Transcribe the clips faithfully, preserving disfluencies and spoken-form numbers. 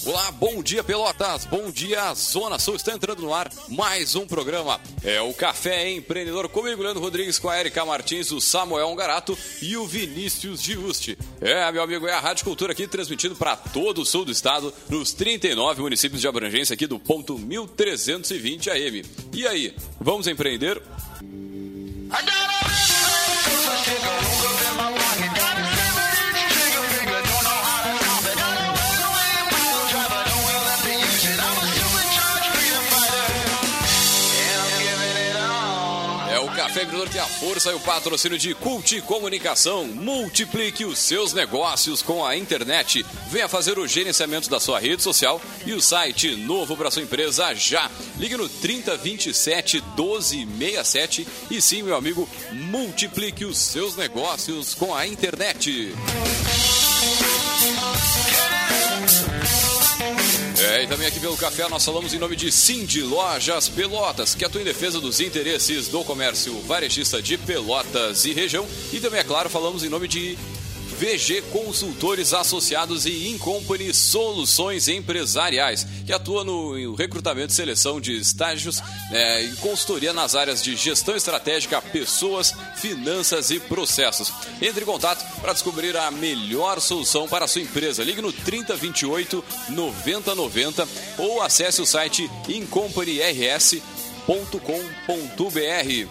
Olá, bom dia Pelotas, bom dia Zona Sul, está entrando no ar mais um programa, é o Café Empreendedor, comigo Leandro Rodrigues, com a Erika Martins, o Samuel Ongarato e o Vinícius Giusti. É, meu amigo, é a Rádio Cultura aqui transmitindo para todo o sul do estado, nos trinta e nove municípios de abrangência aqui do ponto mil trezentos e vinte A M. E aí, vamos empreender? Café Empreendedor tem a força e o patrocínio de Cult Comunicação. Multiplique os seus negócios com a internet. Venha fazer o gerenciamento da sua rede social e o site novo para sua empresa já. Ligue no trinta, vinte e sete, doze, sessenta e sete e sim, meu amigo, multiplique os seus negócios com a internet. É, e também aqui pelo café nós falamos em nome de Cindy Lojas Pelotas, que atua em defesa dos interesses do comércio varejista de Pelotas e região. E também, é claro, falamos em nome de V G Consultores Associados e Incompany Soluções Empresariais, que atua no recrutamento e seleção de estágios é, e consultoria nas áreas de gestão estratégica, pessoas, finanças e processos. Entre em contato para descobrir a melhor solução para a sua empresa. Ligue no trinta, vinte e oito, noventa, noventa ou acesse o site incompany r s ponto com ponto b r.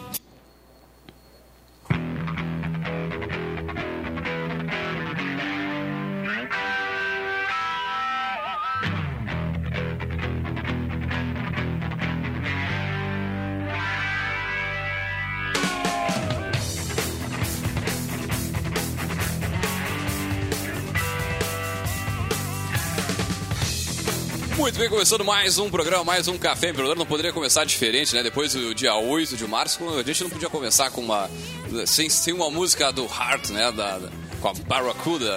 Muito bem, começando mais um programa, mais um Café Empreendedor. Não poderia começar diferente, né? Depois do dia oito de março, a gente não podia começar com uma sem, sem uma música do Heart, né? Da, da, com a Barracuda.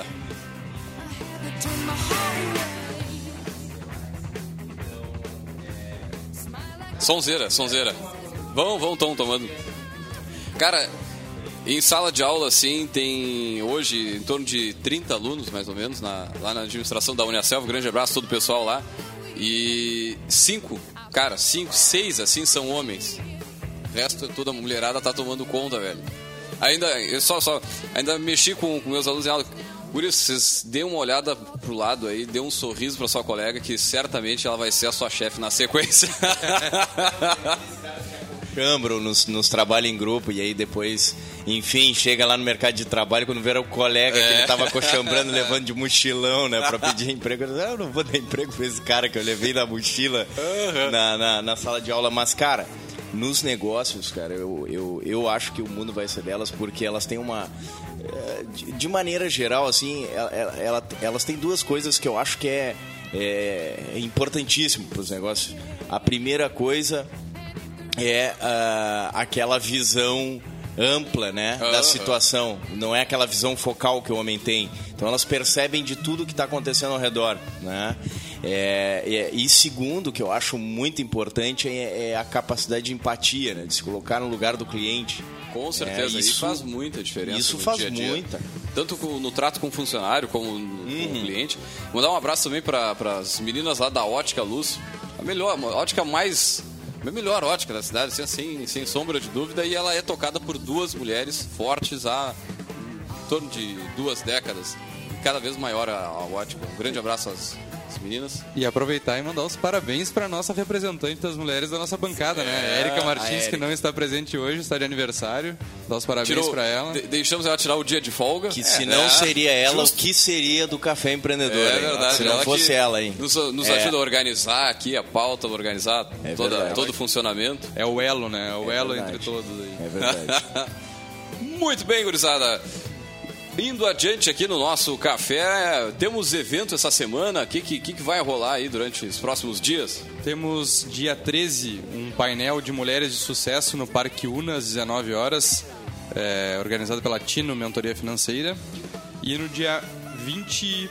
Sonzeira, sonzeira. Vão, vão, estão tomando. Cara, em sala de aula, assim, tem hoje em torno de trinta alunos, mais ou menos, na, lá na administração da Uniaselv. Um grande abraço a todo o pessoal lá. E cinco, cara, cinco, seis, assim, são homens. O resto, toda a mulherada tá tomando conta, velho. Ainda, eu só, só, ainda mexi com, com meus alunos em aula. Por isso, vocês dêem uma olhada pro lado aí, dê um sorriso pra sua colega, que certamente ela vai ser a sua chefe na sequência. Chambro, nos, nos trabalha em grupo e aí depois, enfim, chega lá no mercado de trabalho quando vê o colega é. que ele tava cochambrando, levando de mochilão, né, pra pedir emprego. Eu, eu não vou dar emprego pra esse cara que eu levei na mochila uhum. na, na, na sala de aula. Mas, cara, nos negócios, cara, eu, eu, eu acho que o mundo vai ser delas porque elas têm uma... De, de maneira geral, assim, ela, ela, elas têm duas coisas que eu acho que é, é importantíssimo pros negócios. A primeira coisa... é uh, aquela visão ampla, né, uhum. da situação. Não é aquela visão focal que o homem tem. Então elas percebem de tudo que está acontecendo ao redor, né? É, é, e segundo, que eu acho muito importante, é, é a capacidade de empatia, né, de se colocar no lugar do cliente. Com certeza, é, isso, isso faz muita diferença. Isso no faz dia a dia. muita. Tanto no trato com o funcionário como no uhum. cliente. Mandar um abraço também para as meninas lá da Ótica Luz. A melhor, a ótica mais... a melhor ótica da cidade, assim, sem, sem sombra de dúvida, e ela é tocada por duas mulheres fortes há em torno de duas décadas, e cada vez maior a, a ótica. Um grande abraço às, às meninas. E aproveitar e mandar os parabéns para a nossa representante das mulheres da nossa bancada, é, né? Érica Martins, Érica. Que não está presente hoje, está de aniversário. Dá os parabéns para ela. De, deixamos ela tirar o dia de folga. Que se é, não é, seria ela, justo. O que seria do Café Empreendedor? É verdade. Se não ela fosse ela, hein? Nos, nos é. ajuda a organizar aqui a pauta, organizar é toda, todo o funcionamento. É o elo, né? É o é elo verdade. entre todos aí. É verdade. Muito bem, gurizada. Indo adiante aqui no nosso café, temos evento essa semana. O que, que, que vai rolar aí durante os próximos dias? Temos dia treze, um painel de mulheres de sucesso no Parque Una, às dezenove horas, é, organizado pela Tino Mentoria Financeira. E no dia vinte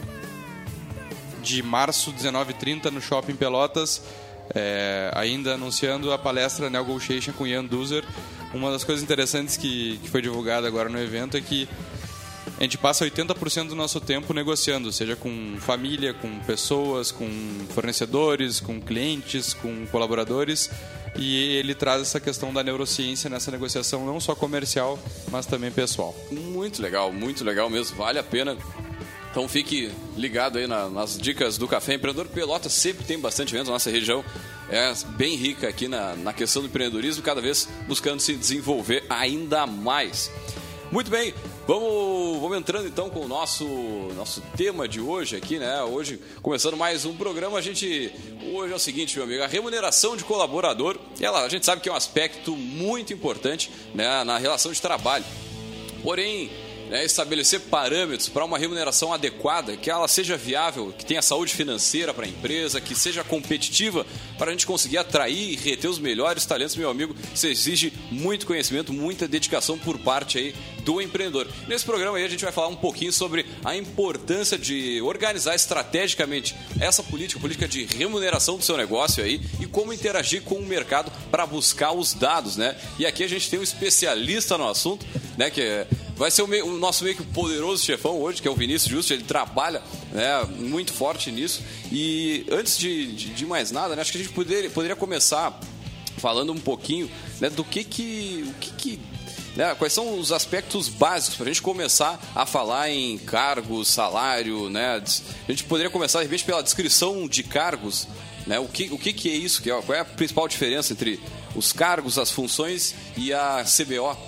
de março, dezenove e trinta, no Shopping Pelotas, é, ainda anunciando a palestra Negotiation com Ian Duzer. Uma das coisas interessantes que, que foi divulgada agora no evento é que a gente passa oitenta por cento do nosso tempo negociando, seja com família, com pessoas, com fornecedores, com clientes, com colaboradores. E ele traz essa questão da neurociência nessa negociação, não só comercial, mas também pessoal. Muito legal, muito legal mesmo, vale a pena. Então fique ligado aí na, nas dicas do Café Empreendedor. Pelotas sempre tem bastante evento, nossa região é bem rica aqui na, na questão do empreendedorismo, cada vez buscando se desenvolver ainda mais. Muito bem, vamos, vamos entrando então com o nosso, nosso tema de hoje aqui, né? Hoje, começando mais um programa, a gente... Hoje é o seguinte, meu amigo, a remuneração de colaborador, ela, a gente sabe que é um aspecto muito importante, né, na relação de trabalho. Porém, né, estabelecer parâmetros para uma remuneração adequada, que ela seja viável, que tenha saúde financeira para a empresa, que seja competitiva para a gente conseguir atrair e reter os melhores talentos, meu amigo, isso exige muito conhecimento, muita dedicação por parte aí do empreendedor. Nesse programa aí a gente vai falar um pouquinho sobre a importância de organizar estrategicamente essa política, política de remuneração do seu negócio aí e como interagir com o mercado para buscar os dados, né? E aqui a gente tem um especialista no assunto, né, que é vai ser o, meio, o nosso meio que poderoso chefão hoje, que é o Vinícius Justo. Ele trabalha, né, muito forte nisso. E antes de, de, de mais nada, né, acho que a gente poderia, poderia começar falando um pouquinho, né, do que que... O que, que né, quais são os aspectos básicos para a gente começar a falar em cargos, salário, né? A gente poderia começar, de repente, pela descrição de cargos, né? O que, o que, que é isso? Qual é a principal diferença entre os cargos, as funções e a C B O?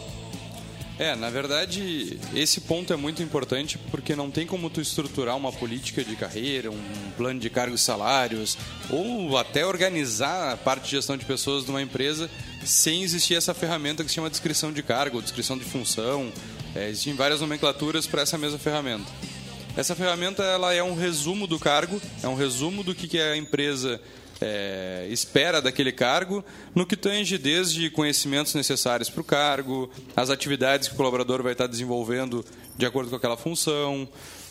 É, na verdade, esse ponto é muito importante porque não tem como tu estruturar uma política de carreira, um plano de cargos e salários, ou até organizar a parte de gestão de pessoas de uma empresa sem existir essa ferramenta que se chama descrição de cargo, ou descrição de função. É, existem várias nomenclaturas para essa mesma ferramenta. Essa ferramenta ela é um resumo do cargo, é um resumo do que, que a empresa... É, espera daquele cargo, no que tange desde conhecimentos necessários para o cargo, as atividades que o colaborador vai estar desenvolvendo de acordo com aquela função,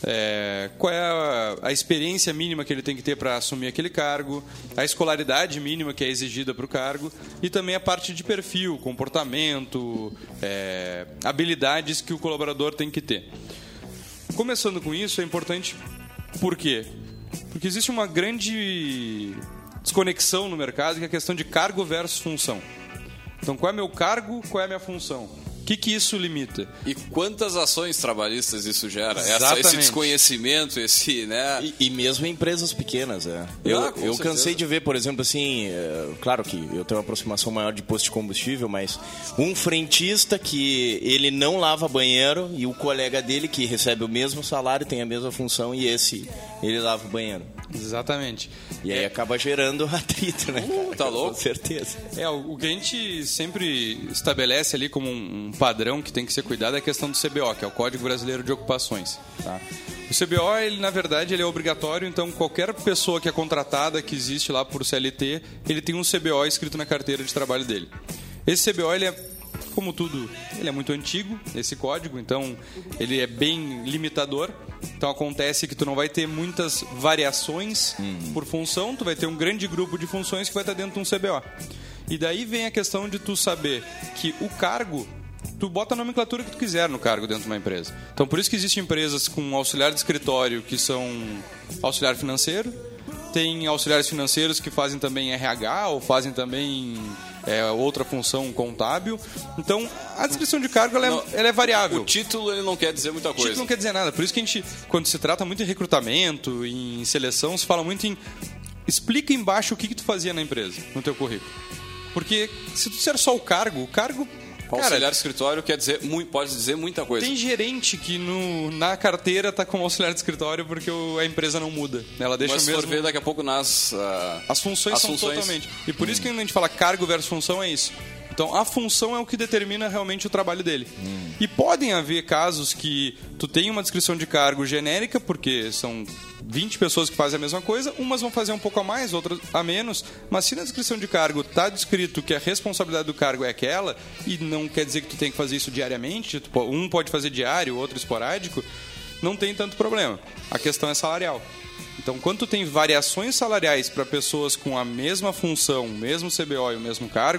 é, qual é a, a experiência mínima que ele tem que ter para assumir aquele cargo, a escolaridade mínima que é exigida para o cargo e também a parte de perfil, comportamento, é, habilidades que o colaborador tem que ter. Começando com isso, é importante por quê? Porque existe uma grande desconexão no mercado, que é a questão de cargo versus função. Então, qual é meu cargo, qual é a minha função? O que, que isso limita? E quantas ações trabalhistas isso gera? Essa, esse desconhecimento, esse, né? E, e mesmo em empresas pequenas, é. Eu, ah, eu cansei de ver, por exemplo, assim, é, claro que eu tenho uma aproximação maior de posto de combustível, mas um frentista que ele não lava banheiro e o colega dele que recebe o mesmo salário, tem a mesma função e esse, ele lava o banheiro. Exatamente. E aí é. acaba gerando atrito, né, cara? Uh, tá louco? Com certeza. É, o que a gente sempre estabelece ali como um padrão que tem que ser cuidado é a questão do C B O, que é o Código Brasileiro de Ocupações. Tá? O C B O, ele, na verdade, ele é obrigatório, então qualquer pessoa que é contratada, que existe lá por C L T, ele tem um C B O escrito na carteira de trabalho dele. Esse C B O, ele é, como tudo, ele é muito antigo, esse código, então ele é bem limitador. Então acontece que tu não vai ter muitas variações uhum. por função, tu vai ter um grande grupo de funções que vai estar dentro de um C B O. E daí vem a questão de tu saber que o cargo, tu bota a nomenclatura que tu quiser no cargo dentro de uma empresa. Então por isso que existem empresas com auxiliar de escritório que são auxiliar financeiro, tem auxiliares financeiros que fazem também R H ou fazem também é, outra função contábil. Então a descrição de cargo ela é, não, ela é variável. O título ele não quer dizer muita coisa. O título não quer dizer nada. Por isso que a gente, quando se trata muito em recrutamento, em seleção, se fala muito em explica embaixo o que, que tu fazia na empresa, no teu currículo. Porque se tu disser só o cargo, o cargo... Cara, auxiliar de escritório quer dizer, pode dizer muita coisa. Tem gerente que no, na carteira tá como auxiliar de escritório porque o, a empresa não muda. Ela deixa Mas o mesmo... se for ver daqui a pouco nas... Uh, as funções as são funções... totalmente... E por hum. isso que quando a gente fala cargo versus função é isso. Então a função é o que determina realmente o trabalho dele. Hum. E podem haver casos que tu tem uma descrição de cargo genérica, porque são vinte pessoas que fazem a mesma coisa, umas vão fazer um pouco a mais, outras a menos, mas se na descrição de cargo está descrito que a responsabilidade do cargo é aquela, e não quer dizer que tu tem que fazer isso diariamente, um pode fazer diário, outro esporádico, não tem tanto problema. A questão é salarial. Então, quando tu tem variações salariais para pessoas com a mesma função, o mesmo C B O e o mesmo cargo,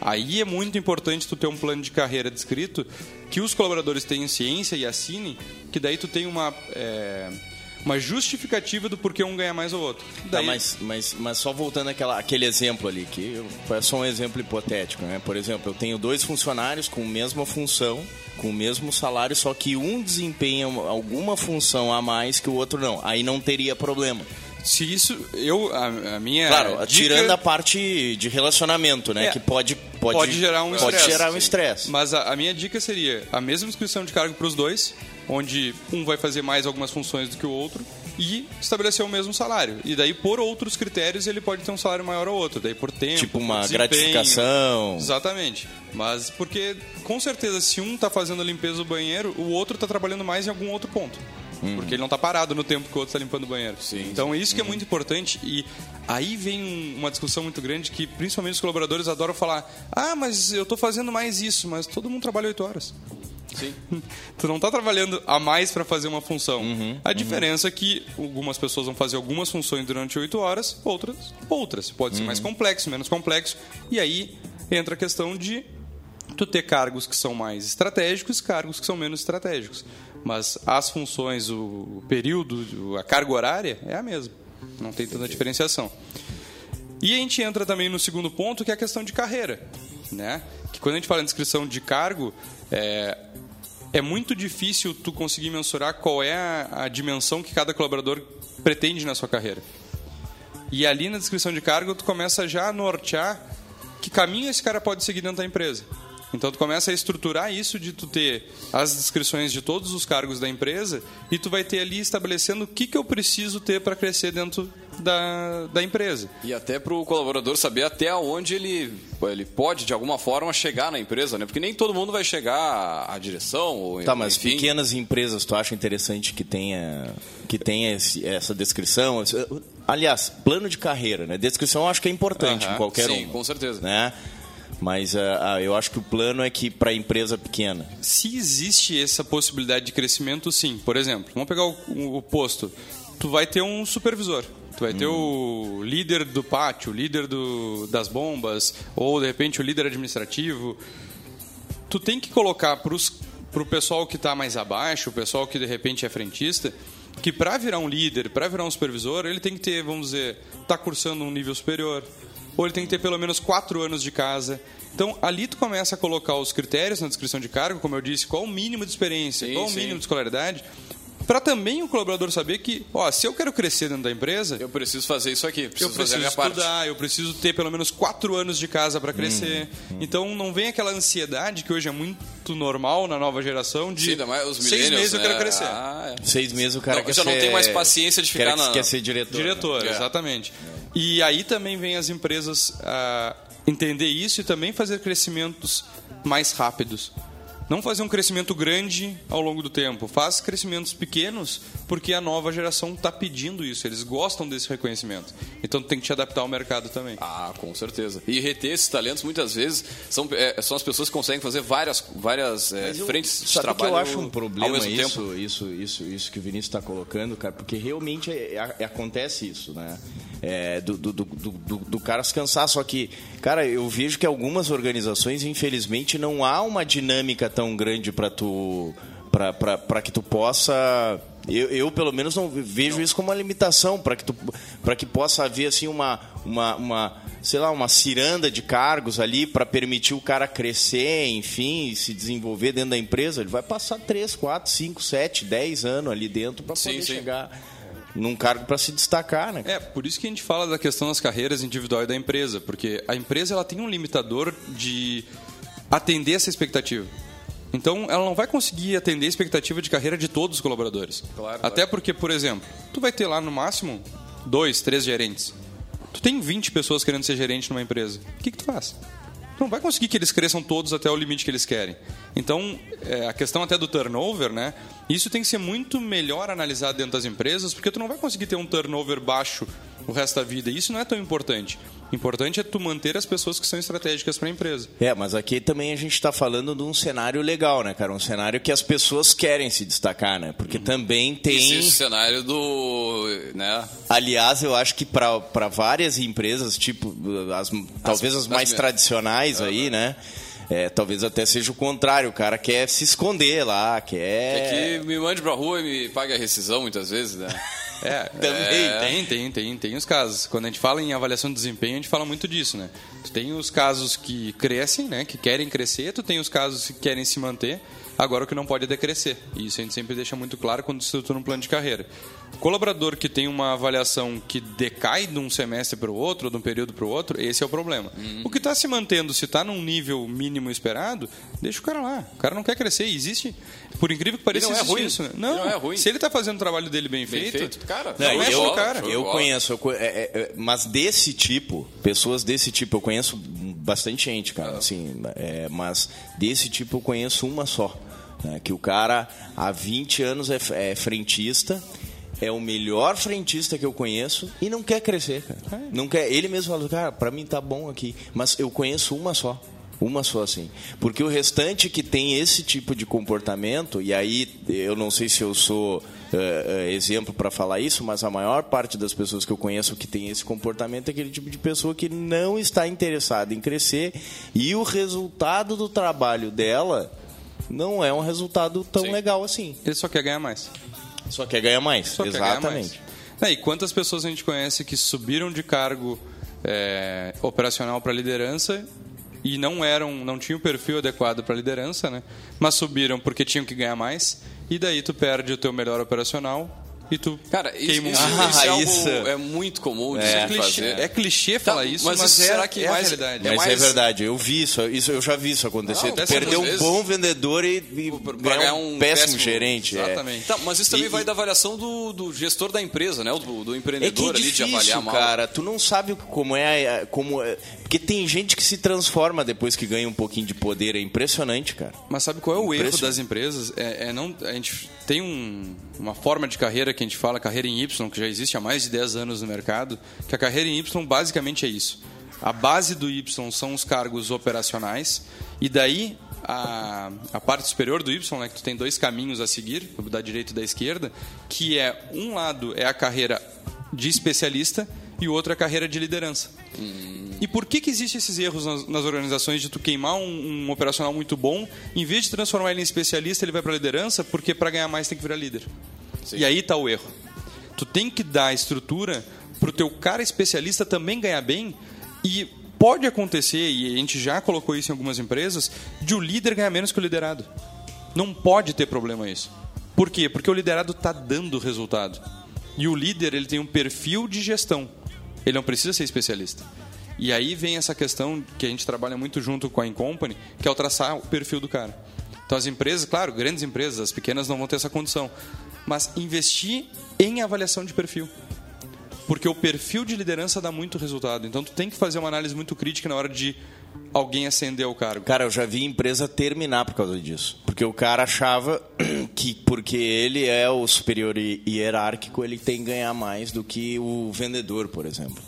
Aí é muito importante tu ter um plano de carreira descrito, que os colaboradores tenham ciência e assinem, que daí tu tem uma, é, uma justificativa do porquê um ganha mais ou outro. Daí... Tá, mas, mas, mas só voltando àquela, àquele exemplo ali, que é só um exemplo hipotético, né? Por exemplo, eu tenho dois funcionários com a mesma função, com o mesmo salário, só que um desempenha alguma função a mais que o outro não. Aí não teria problema. Se isso, eu, a, a minha Claro, dica... tirando a parte de relacionamento, né? É, que pode, pode, pode gerar um pode estresse. gerar um estresse. Mas a, a minha dica seria a mesma inscrição de cargo para os dois, onde um vai fazer mais algumas funções do que o outro, e estabelecer o mesmo salário. E daí, por outros critérios, ele pode ter um salário maior ou outro. Daí, por tempo, tipo uma por desempenho. gratificação. Exatamente. Mas porque, com certeza, se um está fazendo a limpeza do banheiro, o outro está trabalhando mais em algum outro ponto. Hum. Porque ele não está parado no tempo que o outro está limpando o banheiro. Sim, então, sim. isso que é muito importante. E aí vem uma discussão muito grande que, principalmente, os colaboradores adoram falar: ah, mas eu estou fazendo mais isso. Mas todo mundo trabalha oito horas. Sim. Tu não está trabalhando a mais para fazer uma função. Uhum, a diferença uhum. é que algumas pessoas vão fazer algumas funções durante oito horas, outras outras. Pode ser uhum. mais complexo, menos complexo. E aí entra a questão de tu ter cargos que são mais estratégicos e cargos que são menos estratégicos. Mas as funções, o período, a carga horária é a mesma. Não tem tanta diferenciação. E a gente entra também no segundo ponto, que é a questão de carreira, né? Que quando a gente fala em descrição de cargo, é, é muito difícil tu conseguir mensurar qual é a, a dimensão que cada colaborador pretende na sua carreira. E ali na descrição de cargo, tu começa já a nortear que caminho esse cara pode seguir dentro da empresa. Então, tu começa a estruturar isso de tu ter as descrições de todos os cargos da empresa e tu vai ter ali estabelecendo o que, que eu preciso ter para crescer dentro da, da empresa. E até para o colaborador saber até onde ele, ele pode, de alguma forma, chegar na empresa, né? Porque nem todo mundo vai chegar à direção. Ou, tá, mas enfim... pequenas empresas, tu acha interessante que tenha, que tenha esse, essa descrição? Aliás, plano de carreira, né? Descrição eu acho que é importante uh-huh, em qualquer sim, um. Sim, com certeza. Né? Mas uh, uh, eu acho que o plano é que para a empresa pequena. Se existe essa possibilidade de crescimento, sim. Por exemplo, vamos pegar o, o posto. Tu vai ter um supervisor. Tu vai hum. ter o líder do pátio, o líder do, das bombas, ou de repente o líder administrativo. Tu tem que colocar para o pessoal que está mais abaixo, o pessoal que de repente é frentista, que para virar um líder, para virar um supervisor, ele tem que ter, vamos dizer, tá cursando um nível superior. Ou ele tem que ter pelo menos quatro anos de casa. Então, ali tu começa a colocar os critérios na descrição de cargo, como eu disse, qual o mínimo de experiência, sim, qual o sim. mínimo de escolaridade, para também o colaborador saber que, ó, se eu quero crescer dentro da empresa... Eu preciso fazer isso aqui, preciso, eu preciso fazer a minha estudar, parte. Eu preciso ter pelo menos quatro anos de casa para crescer. Hum, hum. Então, não vem aquela ansiedade que hoje é muito normal na nova geração de sim, mas os seis meses né? eu quero crescer. Ah, é. Seis meses o cara não, quer já ser... não tem mais paciência de ficar quer, na... Quer ser diretor. Diretor, né? exatamente. É. E aí também vem as empresas a entender isso e também fazer crescimentos mais rápidos. Não fazer um crescimento grande ao longo do tempo. Faz crescimentos pequenos porque a nova geração está pedindo isso. Eles gostam desse reconhecimento. Então tem que te adaptar ao mercado também. Ah, com certeza. E reter esses talentos muitas vezes são, é, são as pessoas que conseguem fazer várias, várias é, eu, frentes de sabe trabalho que eu acho um problema ao mesmo isso, tempo. Isso, isso, isso que o Vinícius está colocando, cara, porque realmente é, é, acontece isso, né? É, do, do, do, do, do cara se cansar. Só que, cara, eu vejo que algumas organizações, infelizmente, não há uma dinâmica tão grande para tu, para para para que tu possa. Eu, eu pelo menos não vejo não. isso como uma limitação para que tu, para que possa haver assim uma uma, uma sei lá, uma ciranda de cargos ali para permitir o cara crescer, enfim, se desenvolver dentro da empresa. Ele vai passar três, quatro, cinco, sete, dez anos ali dentro para poder sim, sim. chegar num cargo para se destacar, né? É, por isso que a gente fala da questão das carreiras individuais da empresa, porque a empresa ela tem um limitador de atender essa expectativa. Então, ela não vai conseguir atender a expectativa de carreira de todos os colaboradores. Claro, Até claro. porque, por exemplo, tu vai ter lá no máximo dois, três gerentes. Tu tem vinte pessoas querendo ser gerente numa empresa. O que que tu faz? Tu não vai conseguir que eles cresçam todos até o limite que eles querem. Então, é, a questão até do turnover, né? Isso tem que ser muito melhor analisado dentro das empresas, porque tu não vai conseguir ter um turnover baixo o resto da vida. E isso não é tão importante. Importante é tu manter as pessoas que são estratégicas para a empresa. É, mas aqui também a gente está falando de um cenário legal, né, cara? Um cenário que as pessoas querem se destacar, né? Porque hum. também tem... Existe o cenário do... né? Aliás, eu acho que para várias empresas, tipo, as, talvez as, as mais as tradicionais aí, né? É, talvez até seja o contrário, o cara quer se esconder lá, quer... Quer que me mande pra rua e me pague a rescisão muitas vezes, né? É, também é... tem, tem, tem, tem os casos. Quando a gente fala em avaliação de desempenho, a gente fala muito disso, né? Tu tem os casos que crescem, né? Que querem crescer, tu tem os casos que querem se manter. Agora o que não pode é decrescer. E isso a gente sempre deixa muito claro quando estrutura um plano de carreira. O colaborador que tem uma avaliação que decai de um semestre para o outro, ou de um período para o outro, esse é o problema. Uhum. O que está se mantendo, se está num nível mínimo esperado, deixa o cara lá. O cara não quer crescer. Existe, por incrível que pareça, não é ruim. isso. Né? Não, não é ruim. Se ele está fazendo o trabalho dele bem, bem feito, feito, cara, não, não eu, é cara. Eu, eu conheço, eu, é, é, mas desse tipo, pessoas desse tipo, eu conheço bastante gente, cara. Ah. Assim, é, mas desse tipo eu conheço uma só. Né, que o cara há vinte anos é, é frentista, é o melhor frentista que eu conheço e não quer crescer, cara. É. Não quer, ele mesmo fala, cara, pra mim tá bom aqui, mas eu conheço uma só. Uma só, assim. Porque o restante que tem esse tipo de comportamento, e aí eu não sei se eu sou uh, uh, exemplo para falar isso, mas a maior parte das pessoas que eu conheço que tem esse comportamento é aquele tipo de pessoa que não está interessada em crescer e o resultado do trabalho dela não é um resultado tão Sim. legal assim. Ele só quer ganhar mais. Só quer ganhar mais, só exatamente. Quer ganhar mais. E quantas pessoas a gente conhece que subiram de cargo é, operacional para liderança e não eram, não tinham o perfil adequado para liderança, né? Mas subiram porque tinham que ganhar mais e daí tu perde o teu melhor operacional. E tu Cara, isso, queima um... isso, ah, isso, é, isso algo, é muito comum de é, se clichê, fazer. É clichê falar tá, isso, mas, mas isso, é, será que é mais, a realidade. É mas mais... é verdade, eu vi isso, isso, eu já vi isso acontecer. Não, tu perdeu um vezes, bom vendedor e, e ganhar, ganhar um, um péssimo, péssimo gerente. Exatamente. É. Tá, mas isso também e, vai da avaliação do, do gestor da empresa, né? Do, do empreendedor é que é ali difícil, de avaliar mal. Cara, tu não sabe como é, como é, porque tem gente que se transforma depois que ganha um pouquinho de poder, é impressionante, cara. Mas sabe qual é o erro das empresas? É, é não, a gente tem um, uma forma de carreira que a gente fala, carreira em Y, que já existe há mais de dez anos no mercado, que a carreira em Y basicamente é isso. A base do Y são os cargos operacionais e daí a, a parte superior do Y, né, que tu tem dois caminhos a seguir, da direita e da esquerda, que é um lado é a carreira de especialista e o outro é a carreira de liderança. Hum. E por que que existem esses erros nas, nas organizações de tu queimar um, um operacional muito bom, em vez de transformar ele em especialista, ele vai para a liderança, porque para ganhar mais tem que virar líder. Sim. E aí está o erro. Tu tem que dar estrutura para o teu cara especialista também ganhar bem e pode acontecer, e a gente já colocou isso em algumas empresas, de o líder ganhar menos que o liderado. Não pode ter problema isso. Por quê? Porque o liderado está dando resultado. E o líder ele tem um perfil de gestão. Ele não precisa ser especialista. E aí vem essa questão que a gente trabalha muito junto com a Incompany, que é o traçar o perfil do cara. Então as empresas, claro, grandes empresas, as pequenas não vão ter essa condição. Mas investir em avaliação de perfil. Porque o perfil de liderança dá muito resultado. Então tu tem que fazer uma análise muito crítica na hora de alguém ascender ao cargo. Cara, eu já vi empresa terminar por causa disso. Porque o cara achava que porque ele é o superior hierárquico, ele tem que ganhar mais do que o vendedor, por exemplo.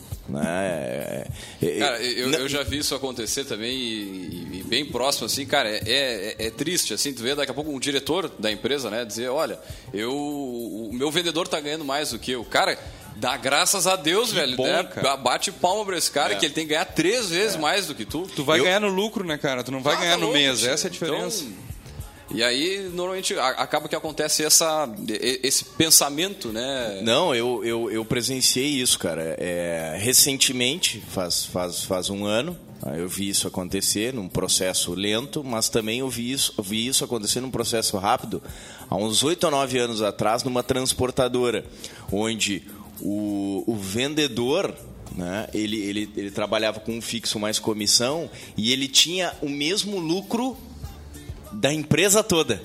Né? Cara, eu, eu já vi isso acontecer também e, e bem próximo assim, cara, é, é, é triste assim, tu vê daqui a pouco um diretor da empresa, né, dizer, olha, eu, o meu vendedor tá ganhando mais do que eu. Cara, dá graças a Deus, que velho, bom, né? Cara. Bate palma pra esse cara, é. que ele tem que ganhar três vezes é. mais do que tu. Tu vai eu... ganhar no lucro, né, cara? Tu não vai ah, ganhar tá no louco, mês, essa é a diferença. Então... E aí, normalmente, acaba que acontece essa, esse pensamento, né? Não, eu, eu, eu presenciei isso, cara. É, recentemente, faz, faz, faz um ano, eu vi isso acontecer num processo lento, mas também eu vi isso, eu vi isso acontecer num processo rápido, há uns oito ou nove anos atrás, numa transportadora, onde o, o vendedor... Né? Ele, ele, ele trabalhava com um fixo mais comissão e ele tinha o mesmo lucro da empresa toda.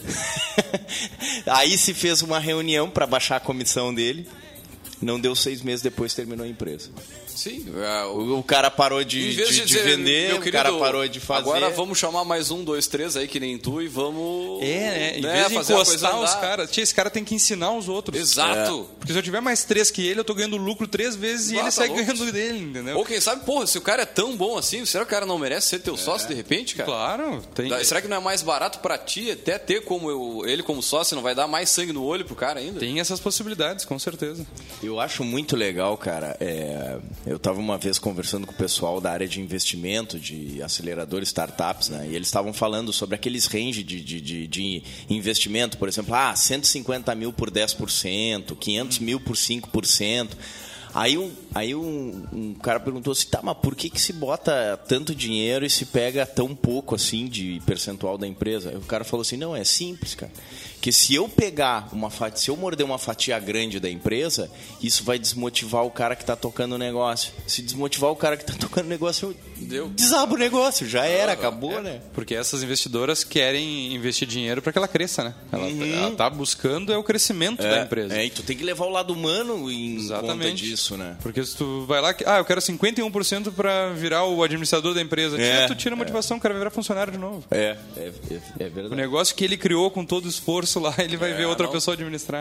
Aí se fez uma reunião para baixar a comissão dele. Não deu seis meses depois, terminou a empresa. Sim. É, o, o cara parou de, de, de, de vender, meu querido, o cara parou de fazer. Agora vamos chamar mais um, dois, três aí, que nem tu, e vamos... É, né? Em né, vez de fazer encostar os caras, esse cara tem que ensinar os outros. Exato. É. Porque se eu tiver mais três que ele, eu tô ganhando lucro três vezes bah, e ele tá segue louco. ganhando dele, entendeu? Ou quem sabe, porra, se o cara é tão bom assim, será que o cara não merece ser teu é. sócio de repente, cara? Claro. Tem... Será que não é mais barato pra ti até ter como eu, ele como sócio, não vai dar mais sangue no olho pro cara ainda? Tem essas possibilidades, com certeza. Eu acho muito legal, cara. É, eu tava uma vez conversando com o pessoal da área de investimento, de aceleradores, startups, né? E eles estavam falando sobre aqueles range de, de, de, de investimento, por exemplo, ah, cento e cinquenta mil por dez por cento, quinhentos mil por cinco por cento. Aí, um, aí um, um cara perguntou assim, tá, mas por que, que se bota tanto dinheiro e se pega tão pouco assim de percentual da empresa? Aí o cara falou assim, não, é simples, cara. Que se eu pegar uma fatia, se eu morder uma fatia grande da empresa, isso vai desmotivar o cara que está tocando o negócio. Se desmotivar o cara que está tocando o negócio, eu desabo o negócio, já era, acabou, é, né? Porque essas investidoras querem investir dinheiro para que ela cresça, né? Ela, uhum. ela tá buscando é o crescimento é, da empresa. É, e tu tem que levar o lado humano em Exatamente. conta disso, né? Porque se tu vai lá, ah, eu quero cinquenta e um por cento para virar o administrador da empresa, é, tu tira a motivação, é. o cara vai virar funcionário de novo. É, é, é, é verdade. O negócio que ele criou com todo o esforço lá, ele vai é, ver outra não. pessoa administrar.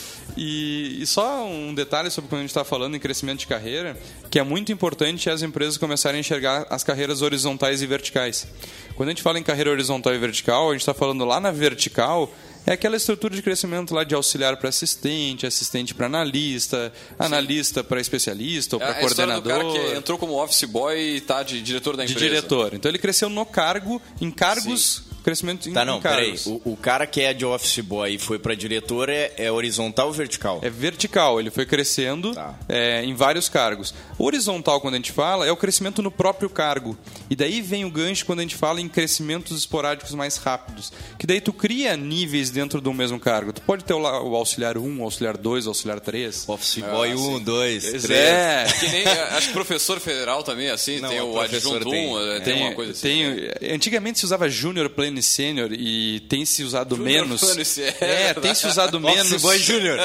E, e só um detalhe sobre quando a gente está falando em crescimento de carreira, que é muito importante as empresas começarem a enxergar as carreiras horizontais e verticais. Quando a gente fala em carreira horizontal e vertical, a gente está falando lá na vertical, é aquela estrutura de crescimento lá de auxiliar para assistente, assistente para analista, Sim. analista para especialista ou para é coordenador. É o cara que entrou como office boy e está de diretor da empresa. De diretor. Então ele cresceu no cargo, em cargos... Sim. Crescimento em Tá, não, peraí. cargos. O, o cara que é de office boy e foi para diretor é, é horizontal ou vertical? É vertical, ele foi crescendo tá. é, em vários cargos. Horizontal, quando a gente fala, é o crescimento no próprio cargo. E daí vem o gancho quando a gente fala em crescimentos esporádicos mais rápidos. Que daí tu cria níveis dentro do mesmo cargo. Tu pode ter o, o auxiliar um, o auxiliar dois, o auxiliar três. Office boy um, dois, três. É. Que nem, acho que professor federal também, assim, não, tem o adjunto um, tem, tem uma coisa assim. Tem, antigamente se usava júnior, pleno e sênior e tem se usado Junior, menos. Plano, é, é, tem se usado menos. Office boy júnior.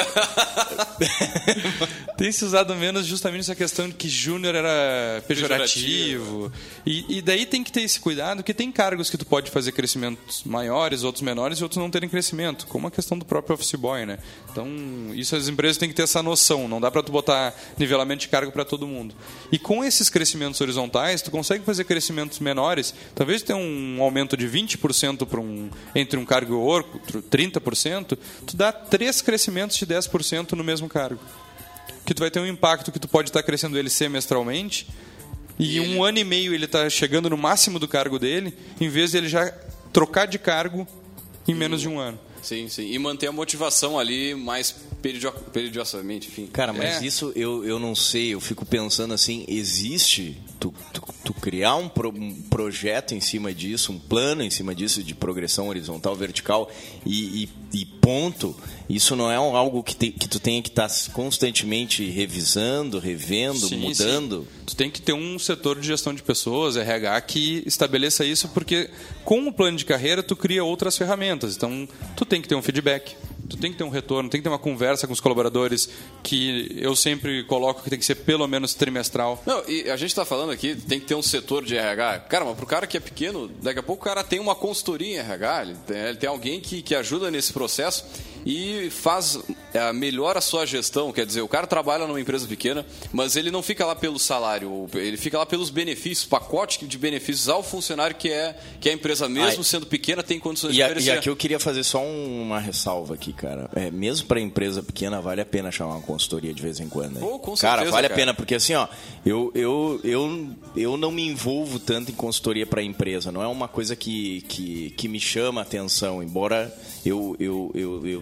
Tem se usado menos justamente essa questão de que júnior era pejorativo. pejorativo. E, e daí tem que ter esse cuidado, que tem cargos que tu pode fazer crescimentos maiores, outros menores e outros não terem crescimento, como a questão do próprio office boy, né? Então, isso as empresas têm que ter essa noção, não dá para tu botar nivelamento de cargo para todo mundo. E com esses crescimentos horizontais, tu consegue fazer crescimentos menores, talvez tenha um aumento de vinte por cento para um, entre um cargo e outro, trinta por cento, tu dá três crescimentos de dez por cento no mesmo cargo. Que tu vai ter um impacto que tu pode estar crescendo ele semestralmente e, e um ele... ano e meio ele está chegando no máximo do cargo dele, em vez de ele já trocar de cargo em menos de um ano. Sim, sim. E manter a motivação ali mais periodi- periodicamente, enfim. Cara, mas é. isso eu, eu não sei, eu fico pensando assim, existe tu, tu, tu criar um, pro, um projeto em cima disso, um plano em cima disso de progressão horizontal, vertical e, e, e ponto, isso não é um, algo que, te, que tu tenha que estar tá constantemente revisando, revendo, sim, mudando? Sim. Tu tem que ter um setor de gestão de pessoas, R H, que estabeleça isso, porque com o plano de carreira tu cria outras ferramentas. Então, tu tem que ter um feedback, tu tem que ter um retorno, tem que ter uma conversa com os colaboradores, que eu sempre coloco que tem que ser pelo menos trimestral. Não, e a gente está falando aqui, tem que ter um setor de R H. Cara, mas pro cara que é pequeno, daqui a pouco o cara tem uma consultoria em R H, ele tem, ele tem alguém que, que ajuda nesse processo e faz, é, melhora a sua gestão. Quer dizer, o cara trabalha numa empresa pequena, mas ele não fica lá pelo salário, ele fica lá pelos benefícios, pacote de benefícios ao funcionário que é que a empresa, mesmo Ai. sendo pequena, tem condições e de a, oferecer. E aqui eu queria fazer só uma ressalva aqui, cara. É, mesmo para empresa pequena, vale a pena chamar uma consultoria de vez em quando. Pô, com cara, certeza, vale cara. a pena, porque assim, ó, eu, eu, eu, eu não me envolvo tanto em consultoria para empresa. Não é uma coisa que, que, que me chama a atenção, embora eu... eu, eu, eu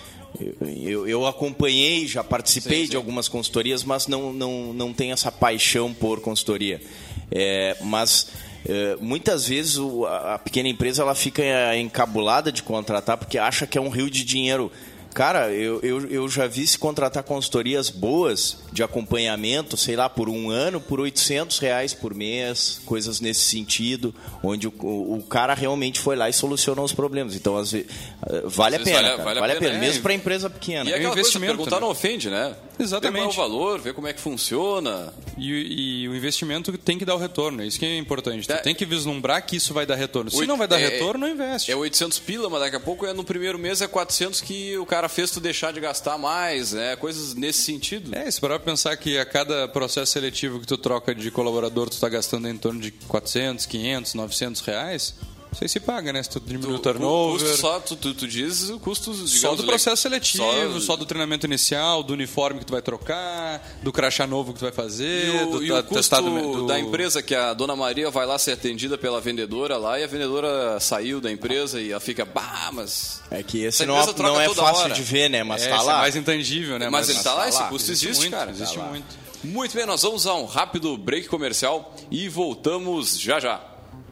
Eu, eu acompanhei, já participei sim, sim. de algumas consultorias, mas não, não, não tenho essa paixão por consultoria. É, mas é, muitas vezes o, a pequena empresa ela fica encabulada de contratar porque acha que é um rio de dinheiro. Cara, eu, eu, eu já vi se contratar consultorias boas de acompanhamento, sei lá, por um ano, por oitocentos reais por mês, coisas nesse sentido, onde o, o, o cara realmente foi lá e solucionou os problemas. Então, às vezes, vale, às a, vezes pena, vale, vale, vale a pena, vale a pena, mesmo para empresa pequena. E é aquela investimento, coisa, perguntar né? não ofende, né? Exatamente. Ver qual é o valor, ver como é que funciona. E, e o investimento tem que dar o retorno, é isso que é importante. Tu É. tem que vislumbrar que isso vai dar retorno. Se Oito- não vai dar é- retorno, não investe. É oitocentos pila, mas daqui a pouco é no primeiro mês é quatrocentos que o cara fez tu deixar de gastar mais, né? Coisas nesse sentido. É, se parar pra pensar que a cada processo seletivo que tu troca de colaborador, tu tá gastando em torno de quatrocentos, quinhentos, novecentos reais, isso aí se paga, né? Se tu diminui o turnover. Custo só, tu, tu, tu diz o custo, digamos, Só do processo le- seletivo, só- só... do treinamento inicial, do uniforme que tu vai trocar, do crachá novo que tu vai fazer, E o, do e o custo testado do... da empresa, que a dona Maria vai lá ser atendida pela vendedora lá e a vendedora saiu da empresa e ela fica, bah, mas... É que esse Essa não, empresa troca não é toda fácil hora. de ver, né? Mas é, tá esse lá. é mais intangível, né? Mas ele tá lá, esse custo existe, muito, cara. Existe Tá lá. muito. Muito bem, nós vamos a um rápido break comercial e voltamos já já.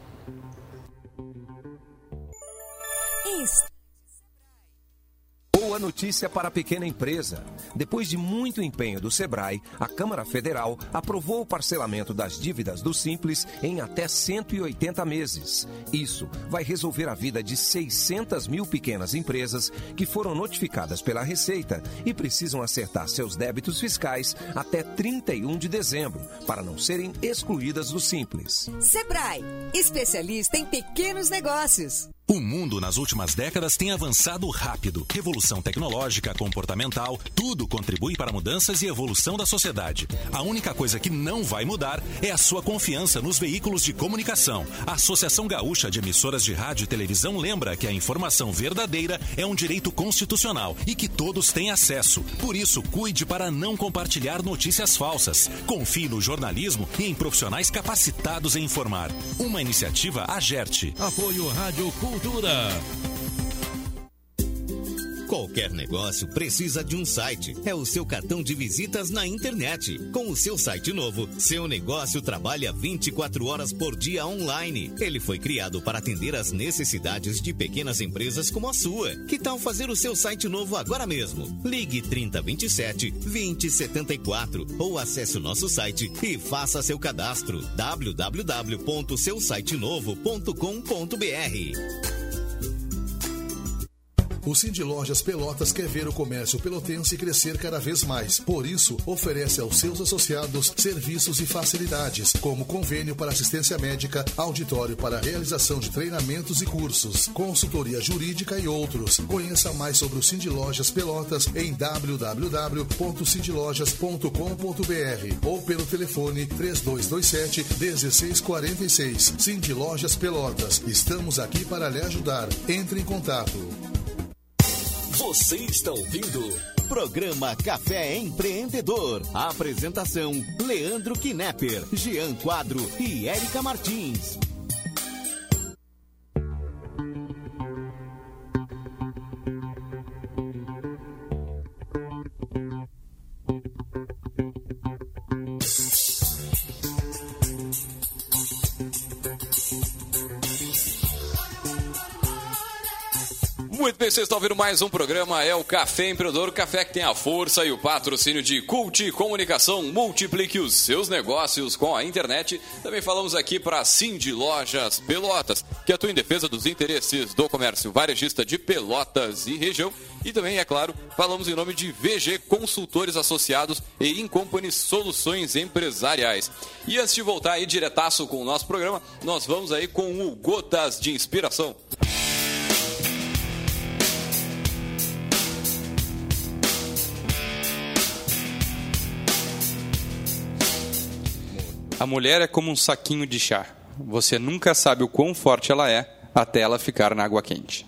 Boa notícia para a pequena empresa. Depois de muito empenho do Sebrae, a Câmara Federal aprovou o parcelamento das dívidas do Simples em até cento e oitenta meses. Isso vai resolver a vida de seiscentas mil pequenas empresas que foram notificadas pela Receita e precisam acertar seus débitos fiscais até trinta e um de dezembro, para não serem excluídas do Simples. Sebrae, especialista em pequenos negócios. O mundo nas últimas décadas tem avançado rápido. Revolução tecnológica, comportamental, tudo contribui para mudanças e evolução da sociedade. A única coisa que não vai mudar é a sua confiança nos veículos de comunicação. A Associação Gaúcha de Emissoras de Rádio e Televisão lembra que a informação verdadeira é um direito constitucional e que todos têm acesso. Por isso, cuide para não compartilhar notícias falsas. Confie no jornalismo e em profissionais capacitados em informar. Uma iniciativa Agerte. Apoio Rádio Cultura. Qualquer negócio precisa de um site. É o seu cartão de visitas na internet. Com o seu site novo, seu negócio trabalha vinte e quatro horas por dia online. Ele foi criado para atender às necessidades de pequenas empresas como a sua. Que tal fazer o seu site novo agora mesmo? Ligue trinta, vinte e sete, vinte, setenta e quatro ou acesse o nosso site e faça seu cadastro. w w w ponto seu site novo ponto com ponto b r. O Cindy Lojas Pelotas quer ver o comércio pelotense crescer cada vez mais. Por isso, oferece aos seus associados serviços e facilidades, como convênio para assistência médica, auditório para realização de treinamentos e cursos, consultoria jurídica e outros. Conheça mais sobre o Cindy Lojas Pelotas em w w w ponto cindy lojas ponto com ponto b r ou pelo telefone três dois dois sete, um seis quatro seis. Cindy Lojas Pelotas. Estamos aqui para lhe ajudar. Entre em contato. Você está ouvindo Programa Café Empreendedor. A apresentação: Leandro Knepper, Jean Quadro e Érica Martins. Muito bem, vocês estão ouvindo mais um programa, é o Café Empreendedor, o café que tem a força e o patrocínio de Cult Comunicação. Multiplique os seus negócios com a internet. Também falamos aqui para a Cindy Lojas Pelotas, que atua em defesa dos interesses do comércio varejista de Pelotas e região. E também, é claro, falamos em nome de V G Consultores Associados e Incompany Soluções Empresariais. E antes de voltar aí diretaço com o nosso programa, nós vamos aí com o Gotas de Inspiração. A mulher é como um saquinho de chá. Você nunca sabe o quão forte ela é até ela ficar na água quente.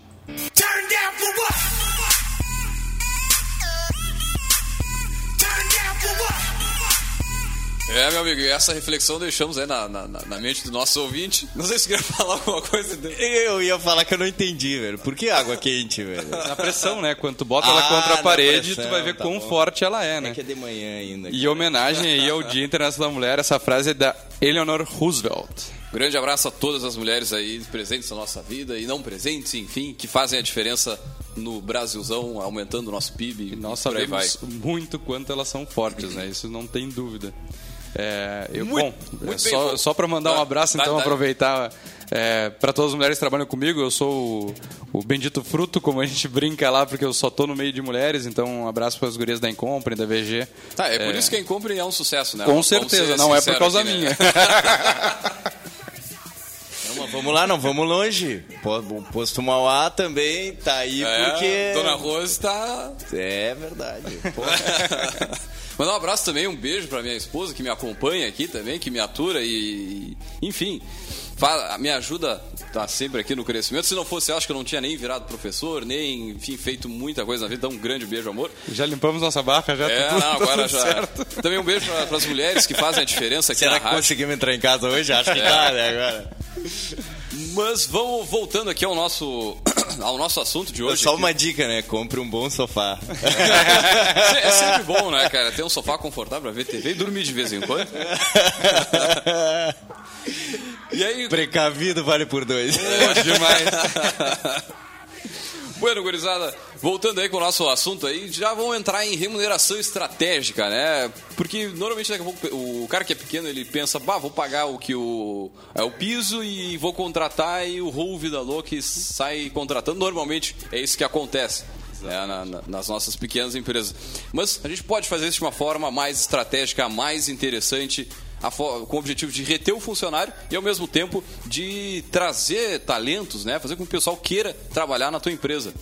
É, meu amigo, e essa reflexão deixamos aí na, na, na mente do nosso ouvinte. Não sei se queria falar alguma coisa dele. Eu ia falar que eu não entendi, velho. Por que água quente, velho? Na pressão, né? Quando tu bota ela Ah, contra a na parede, pressão, tu vai ver tá quão bom. forte ela é, né? É que é de manhã ainda. E em homenagem aí ao Dia Internacional da Mulher, essa frase é da Eleanor Roosevelt. Grande abraço a todas as mulheres aí presentes na nossa vida e não presentes, enfim, que fazem a diferença no Brasilzão, aumentando o nosso P I B. E nós por aí vai. sabemos muito quanto elas são fortes, né? Isso não tem dúvida. É, eu, Muito- bom, muito é bem, só, vou- só para mandar um Tá, abraço, tá, então, tá. aproveitar é, para todas as mulheres que trabalham comigo. Eu sou o, o bendito fruto, como a gente brinca lá, porque eu só tô no meio de mulheres. Então, um abraço para as gurias da Encompre, da V G. Tá, é por isso que a Encompre é um sucesso, né? Com Vamos certeza, ser não é por sinceros causa aqui, né? minha. Não, mas vamos lá, não vamos longe. Pô, o Posto Mauá também tá aí É, porque... Dona Rose tá... É verdade. Pô. Mandar um abraço também, um beijo pra minha esposa que me acompanha aqui também, que me atura e, enfim, fa- me ajuda, tá sempre aqui no crescimento. Se não fosse, eu acho que eu não tinha nem virado professor, nem, enfim, feito muita coisa na vida. Então, um grande beijo, amor. Já limpamos nossa barca, já É, tá tudo, não, tá agora tudo já. certo. Também um beijo para as mulheres que fazem a diferença aqui Será na que rádio. conseguimos entrar em casa hoje? Acho que tá, né, agora. Mas vamos voltando aqui ao nosso, ao nosso assunto de hoje. Só aqui. uma dica, né? Compre um bom sofá. É sempre bom, né, cara? Ter um sofá confortável pra ver T V e dormir de vez em quando. E aí... Precavido vale por dois. Pô, demais. Bueno, gurizada, voltando aí com o nosso assunto aí, já vamos entrar em remuneração estratégica, né? Porque normalmente daqui a pouco o cara que é pequeno, ele pensa, bah, vou pagar o que o é o piso e vou contratar, e o rolo vida louca e sai contratando. Normalmente é isso que acontece, né, na, na, nas nossas pequenas empresas. Mas a gente pode fazer isso de uma forma mais estratégica, mais interessante, a fo- com o objetivo de reter o funcionário e ao mesmo tempo de trazer talentos, né? Fazer com que o pessoal queira trabalhar na tua empresa.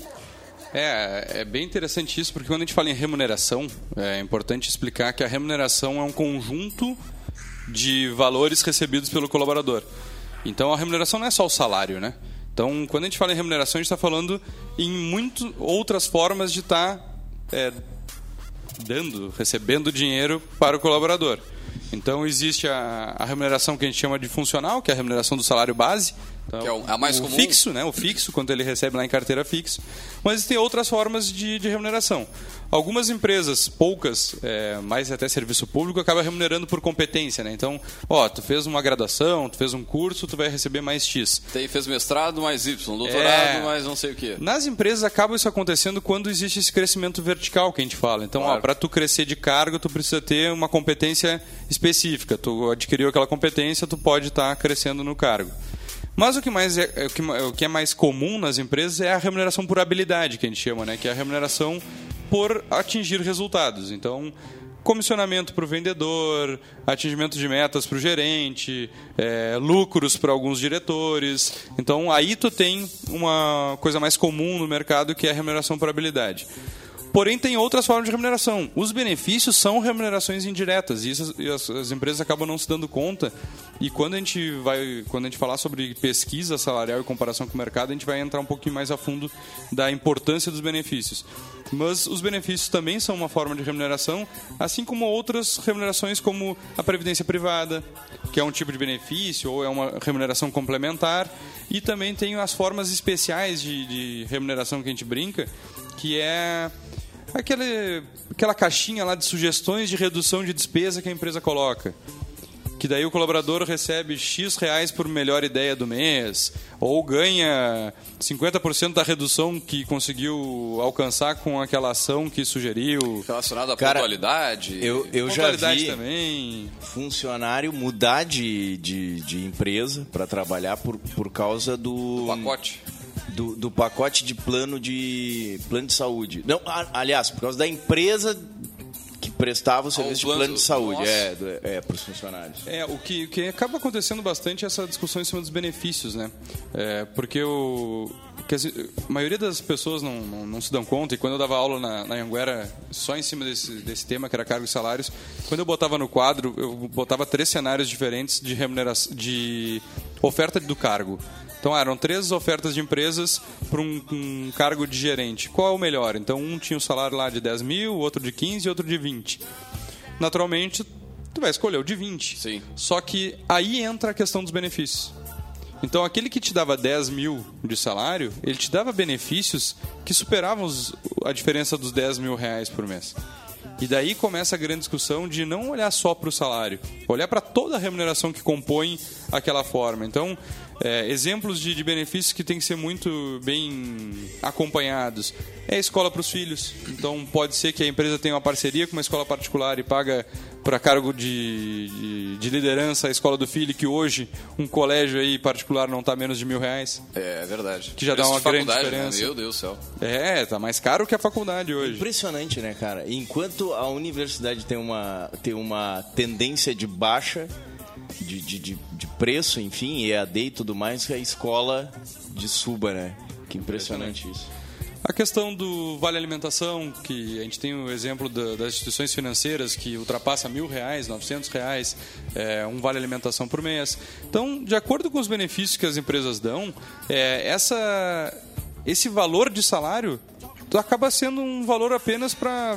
É, é bem interessante isso, porque quando a gente fala em remuneração, é importante explicar que a remuneração é um conjunto de valores recebidos pelo colaborador. Então, a remuneração não é só o salário, né? Então, quando a gente fala em remuneração, a gente está falando em muitas outras formas de estar é, dando, recebendo dinheiro para o colaborador. Então, existe a, a remuneração que a gente chama de funcional, que é a remuneração do salário base. Então, Que é o- a mais o comum. fixo, né? O fixo, quando ele recebe lá em carteira fixo. Mas existem outras formas de, de remuneração. Algumas empresas, poucas, é, mais até serviço público, acaba remunerando por competência, né? Então, ó, tu fez uma graduação, tu fez um curso, tu vai receber mais X. Tem, fez mestrado mais Y, doutorado É. mais não sei o quê. Nas empresas acaba isso acontecendo quando existe esse crescimento vertical que a gente fala. Então, Claro. para tu crescer de cargo, tu precisa ter uma competência específica. Tu adquiriu aquela competência, tu pode estar crescendo no cargo. Mas o que, mais é, é o, que, o que é mais comum nas empresas é a remuneração por habilidade, que a gente chama, né? Que é a remuneração por atingir resultados. Então, comissionamento para o vendedor, atingimento de metas para o gerente, é, lucros para alguns diretores. Então, aí tu tem uma coisa mais comum no mercado, que é a remuneração por habilidade. Porém, tem outras formas de remuneração. Os benefícios são remunerações indiretas, e isso as, as empresas acabam não se dando conta. E quando a gente vai, quando a gente falar sobre pesquisa salarial e comparação com o mercado, a gente vai entrar um pouquinho mais a fundo da importância dos benefícios. Mas os benefícios também são uma forma de remuneração, assim como outras remunerações, como a previdência privada, que é um tipo de benefício ou é uma remuneração complementar. E também tem as formas especiais de, de remuneração que a gente brinca, que é aquele, aquela caixinha lá de sugestões de redução de despesa que a empresa coloca. Que daí o colaborador recebe X reais por melhor ideia do mês, ou ganha cinquenta por cento da redução que conseguiu alcançar com aquela ação que sugeriu. Relacionado à Cara, pontualidade. Eu, eu já Pontualidade vi também. funcionário mudar de, de, de empresa para trabalhar por, por causa do... pacote. Do, do pacote de plano de plano de saúde. Não, a- aliás, por causa da empresa que prestava o serviço plano- de plano de saúde. Nossa. É, do- é para os funcionários. É, o que, o que acaba acontecendo bastante é essa discussão em cima dos benefícios, né? É, porque o, que as- a maioria das pessoas não, não, não se dão conta, e quando eu dava aula na, na Anhanguera, só em cima desse, desse tema, que era cargos e salários, quando eu botava no quadro, eu botava três cenários diferentes de remuneração, de oferta do cargo. Então, eram três ofertas de empresas para um, um cargo de gerente. Qual é o melhor? Então, um tinha o salário lá de dez mil, outro de quinze e outro de vinte. Naturalmente, tu vai escolher o de vinte. Sim. Só que aí entra a questão dos benefícios. Então, aquele que te dava dez mil de salário, ele te dava benefícios que superavam os- a diferença dos dez mil reais por mês. E daí começa a grande discussão de não olhar só para o salário, olhar para toda a remuneração que compõe aquela forma. Então, é, exemplos de, de benefícios que tem que ser muito bem acompanhados. É a escola para os filhos. Então, pode ser que a empresa tenha uma parceria com uma escola particular e paga para cargo de, de, de liderança a escola do filho, que hoje um colégio aí particular não está menos de mil reais. É, é verdade. Que já dá uma grande diferença. Né? Meu Deus do céu. É, tá mais caro que a faculdade hoje. Impressionante, né, cara? Enquanto a universidade tem uma, tem uma tendência de baixa de, de, de, de preço, enfim, E A D e tudo mais, a escola de suba, né? Que impressionante isso. A questão do vale alimentação, que a gente tem o exemplo da, das instituições financeiras que ultrapassa mil reais, novecentos reais, é, um vale alimentação por mês. Então, de acordo com os benefícios que as empresas dão, é, essa, esse valor de salário acaba sendo um valor apenas para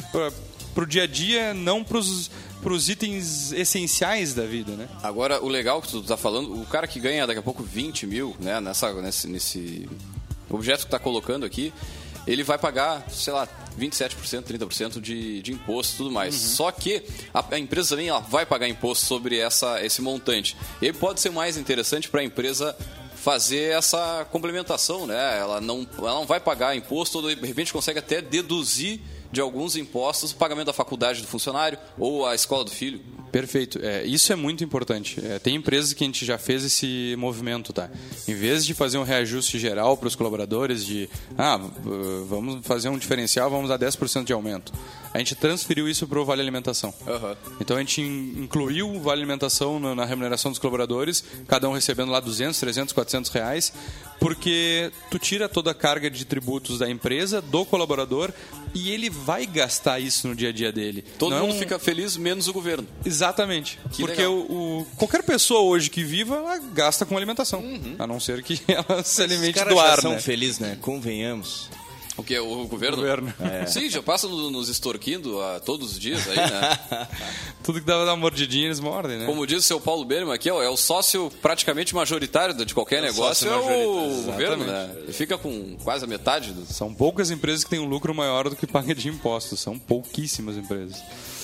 o dia a dia, não para os itens essenciais da vida, né? Agora, o legal que tu está falando, o cara que ganha daqui a pouco vinte mil, né, nessa, nesse... nesse... o objeto que está colocando aqui, ele vai pagar, sei lá, vinte e sete por cento, trinta por cento de, de imposto e tudo mais. Uhum. Só que a, a empresa também ela vai pagar imposto sobre essa, esse montante. E aí pode ser mais interessante para a empresa fazer essa complementação, né? Ela não, ela não vai pagar imposto, ou de repente consegue até deduzir de alguns impostos o pagamento da faculdade do funcionário ou a escola do filho. Perfeito. É, isso é muito importante. É, tem empresas que a gente já fez esse movimento, tá? Em vez de fazer um reajuste geral para os colaboradores de, ah, vamos fazer um diferencial, vamos dar dez por cento de aumento. A gente transferiu isso para o Vale Alimentação. Uhum. Então a gente incluiu o Vale Alimentação na, na remuneração dos colaboradores, cada um recebendo lá duzentos, trezentos, quatrocentos reais, porque tu tira toda a carga de tributos da empresa, do colaborador, e ele vai gastar isso no dia a dia dele. Todo Não mundo é um... fica feliz, menos o governo. Exatamente. Que porque o, o, qualquer pessoa hoje que viva, ela gasta com alimentação. Uhum. A não ser que ela se alimente do ar, são né? felizes, né? Convenhamos. O que? O governo? O governo. É. Sim, já passa nos extorquindo a todos os dias aí, né? Tudo que dá uma mordidinha, eles mordem, né? Como diz o seu Paulo Berman aqui, ó, é o sócio praticamente majoritário de qualquer é negócio, é o governo, né? Ele fica com quase a metade. Do... São poucas empresas que têm um lucro maior do que paga de impostos. São pouquíssimas empresas.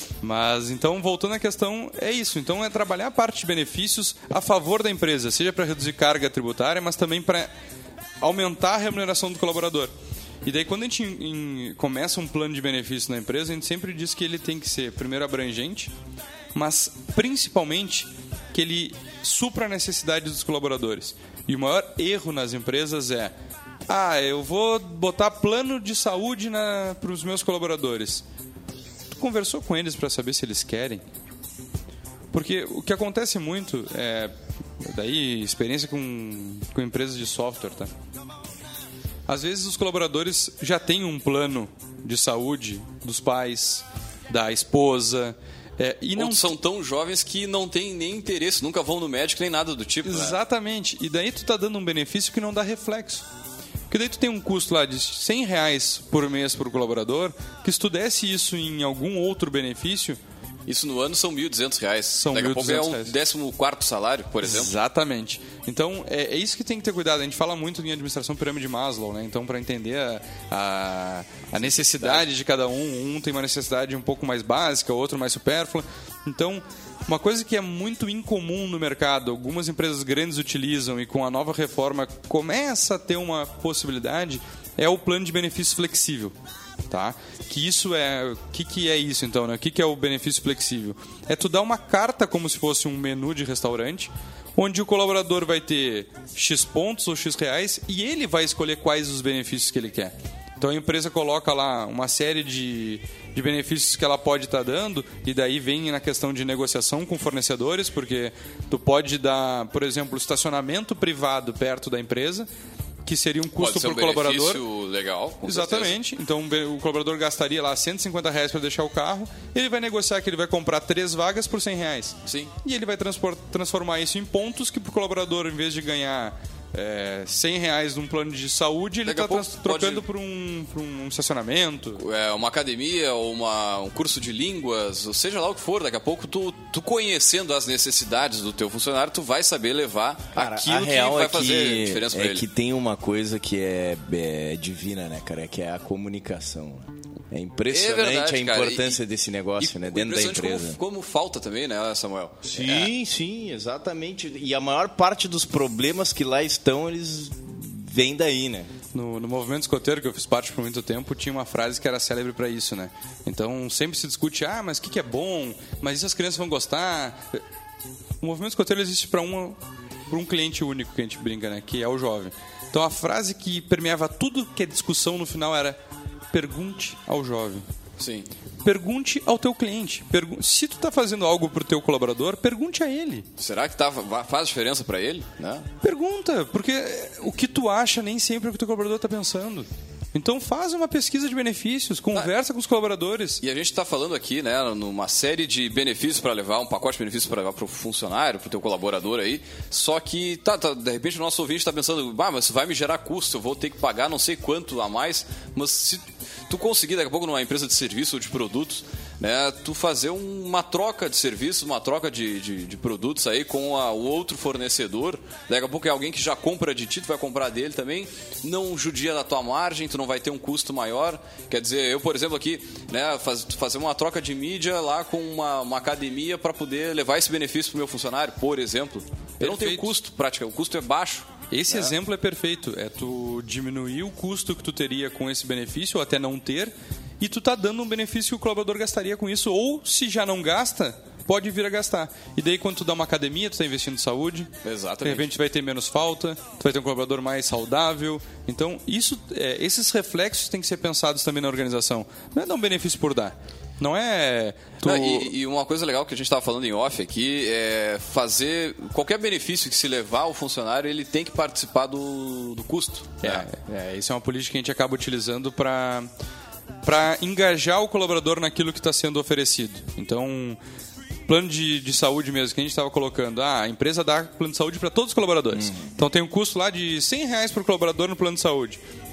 Mas, então, voltando à questão, é isso. Então, é trabalhar a parte de benefícios a favor da empresa, seja para reduzir carga tributária, mas também para aumentar a remuneração do colaborador. E daí, quando a gente em, começa um plano de benefício na empresa, a gente sempre diz que ele tem que ser, primeiro, abrangente, mas, principalmente, que ele supra a necessidade dos colaboradores. E o maior erro nas empresas é, ah, eu vou botar plano de saúde para os meus colaboradores. Tu conversou com eles para saber se eles querem? Porque o que acontece muito é, daí, experiência com, com empresas de software, tá? Às vezes os colaboradores já têm um plano de saúde dos pais, da esposa. É, e não Ou são tão jovens que não têm nem interesse, nunca vão no médico nem nada do tipo. Exatamente. Né? E daí tu tá dando um benefício que não dá reflexo. Porque daí tu tem um custo lá de cem reais por mês por colaborador, que se tu desse isso em algum outro benefício... Isso no ano são mil e duzentos reais. São Daqui a pouco é um reais. décimo quarto salário, por exemplo. Exatamente. Então, é, é isso que tem que ter cuidado. A gente fala muito em administração pirâmide de Maslow, né? Então, para entender a, a, a necessidade de cada um, um tem uma necessidade um pouco mais básica, outro mais supérflua. Então, uma coisa que é muito incomum no mercado, algumas empresas grandes utilizam e com a nova reforma começa a ter uma possibilidade, é o plano de benefício flexível. Tá? Que isso é... O que, que é isso, então? Né? O que, que é o benefício flexível? É tu dar uma carta como se fosse um menu de restaurante, onde o colaborador vai ter X pontos ou X reais e ele vai escolher quais os benefícios que ele quer. Então a empresa coloca lá uma série de, de benefícios que ela pode estar dando, e daí vem na questão de negociação com fornecedores, porque tu pode dar, por exemplo, estacionamento privado perto da empresa, que seria um custo para o colaborador. Legal. Exatamente. Certeza. Então o colaborador gastaria lá cento e cinquenta reais para deixar o carro. Ele vai negociar que ele vai comprar três vagas por cem reais. Sim. E ele vai transformar isso em pontos que para o colaborador, em vez de ganhar é, cem reais num plano de saúde, ele está trocando pode... por, um, por um estacionamento. É, uma academia, ou uma, um curso de línguas, ou seja lá o que for. Daqui a pouco, tu, tu conhecendo as necessidades do teu funcionário, tu vai saber levar cara, aquilo que vai é fazer que, diferença é para ele. É que tem uma coisa que é, é divina, né, cara? Que é a comunicação. É impressionante é verdade, a importância e, desse negócio, e, né, dentro da empresa. Como, como falta também, né, Samuel? Sim, é. sim, exatamente. E a maior parte dos problemas que lá estão, eles vêm daí, né? No, no movimento escoteiro, que eu fiz parte por muito tempo, tinha uma frase que era célebre para isso, né? Então, sempre se discute, ah, mas o que, que é bom? Mas isso as crianças vão gostar? O movimento escoteiro existe para um, um cliente único, que a gente brinca, né? Que é o jovem. Então, a frase que permeava tudo que é discussão no final era: pergunte ao jovem. Sim. Pergunte ao teu cliente. Pergu- Se tu está fazendo algo para o teu colaborador, pergunte a ele. Será que tá, faz diferença para ele? Né? Pergunta, porque o que tu acha nem sempre é o que o teu colaborador está pensando. Então faz uma pesquisa de benefícios, conversa ah, com os colaboradores. E a gente está falando aqui, né, numa série de benefícios para levar, um pacote de benefícios para levar para o funcionário, para o teu colaborador aí. Só que, tá, tá, de repente o nosso ouvinte está pensando, ah, mas isso vai me gerar custo, eu vou ter que pagar não sei quanto a mais. Mas se tu conseguir, daqui a pouco, numa empresa de serviço ou de produtos, né, tu fazer uma troca de serviços, uma troca de, de, de produtos aí com a, o outro fornecedor, daqui a pouco é alguém que já compra de ti, tu vai comprar dele também, não judia da tua margem, tu não vai ter um custo maior. Quer dizer, eu, por exemplo, aqui, né, faz, fazer uma troca de mídia lá com uma, uma academia para poder levar esse benefício para o meu funcionário, por exemplo. Eu não tenho custo prático, o custo é baixo. Esse é. exemplo é perfeito, é tu diminuir o custo que tu teria com esse benefício, ou até não ter, e tu tá dando um benefício que o colaborador gastaria com isso, ou se já não gasta, pode vir a gastar. E daí quando tu dá uma academia, tu tá investindo em saúde. Exatamente. De repente vai ter menos falta, tu vai ter um colaborador mais saudável. Então, isso, é, esses reflexos têm que ser pensados também na organização. Não é dar um benefício por dar. Não é... Tu... Não, e, e uma coisa legal que a gente estava falando em off aqui é fazer... Qualquer benefício que se levar ao funcionário, ele tem que participar do, do custo. É, né? é, isso é uma política que a gente acaba utilizando para para engajar o colaborador naquilo que está sendo oferecido. Então, plano de, de saúde mesmo, que a gente estava colocando. Ah, a empresa dá plano de saúde para todos os colaboradores. Hum. Então, tem um custo lá de cem reais por colaborador no plano de saúde.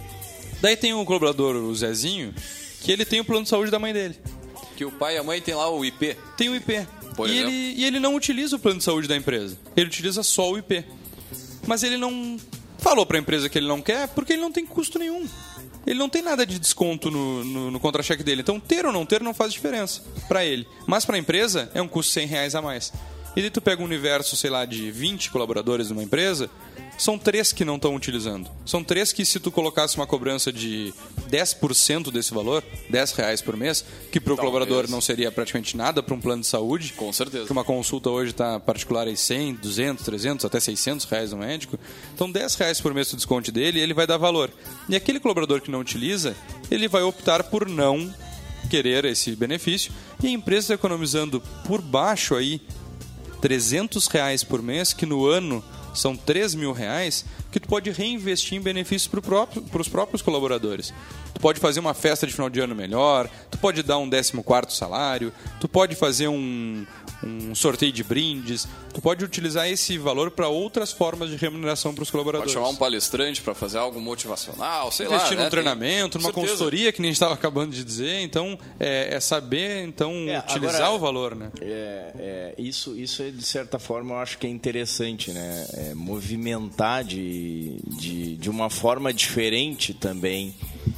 Daí tem um colaborador, o Zezinho, que ele tem o plano de saúde da mãe dele. Que o pai e a mãe tem lá o I P. Tem o I P. Por e, ele, e ele não utiliza o plano de saúde da empresa. Ele utiliza só o I P. Mas ele não falou para a empresa que ele não quer porque ele não tem custo nenhum. Ele não tem nada de desconto no, no, no contra-cheque dele. Então, ter ou não ter não faz diferença para ele. Mas para a empresa, é um custo de cem reais a mais. E daí tu pega um universo, sei lá, de vinte colaboradores numa empresa, são três que não estão utilizando. São três que, se tu colocasse uma cobrança de dez por cento desse valor, dez reais por mês, que para o colaborador não seria praticamente nada para um plano de saúde. Com certeza. Que uma consulta hoje está particular em cem, duzentos, trezentos, até seiscentos reais no médico. Então, dez reais por mês do desconto dele, ele vai dar valor. E aquele colaborador que não utiliza, ele vai optar por não querer esse benefício. E a empresa está economizando por baixo aí trezentos reais por mês, que no ano são três mil reais, que tu pode reinvestir em benefícios para próprio, os próprios colaboradores. Tu pode fazer uma festa de final de ano melhor, tu pode dar um décimo quarto salário, tu pode fazer um, um sorteio de brindes, tu pode utilizar esse valor para outras formas de remuneração para os colaboradores. Pode chamar um palestrante para fazer algo motivacional, sei Investir lá. Investir num né? treinamento, numa consultoria, que nem a gente estava acabando de dizer. Então, é, é saber então é, utilizar agora, o valor, né? É, é, isso, isso, de certa forma, eu acho que é interessante, né? É, movimentar de, de, de uma forma diferente também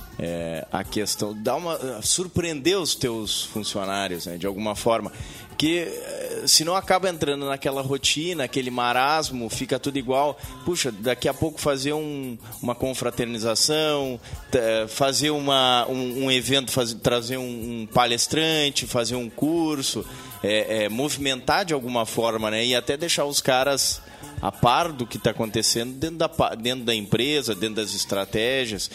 é, a questão, dar uma, surpreender os teus funcionários, né, de alguma forma. Que senão acaba entrando naquela rotina, aquele marasmo, fica tudo igual. Puxa, daqui a pouco fazer um, uma confraternização, fazer uma, um, um evento, fazer, trazer um, um palestrante, fazer um curso, é, é, movimentar de alguma forma, né? E até deixar os caras a par do que está acontecendo dentro da, dentro da empresa, dentro das estratégias.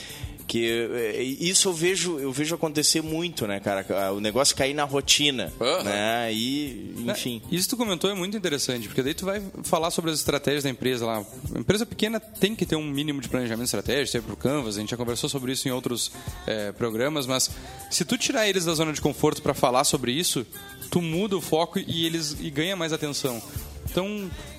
Que isso eu vejo, eu vejo acontecer muito, né, cara? O negócio cair na rotina, uhum. né? E, enfim. Isso que tu comentou é muito interessante, porque daí tu vai falar sobre as estratégias da empresa lá. A empresa pequena tem que ter um mínimo de planejamento estratégico, sempre pro Canvas, a gente já conversou sobre isso em outros é, programas, mas se tu tirar eles da zona de conforto para falar sobre isso, tu muda o foco e eles e ganha mais atenção. Então,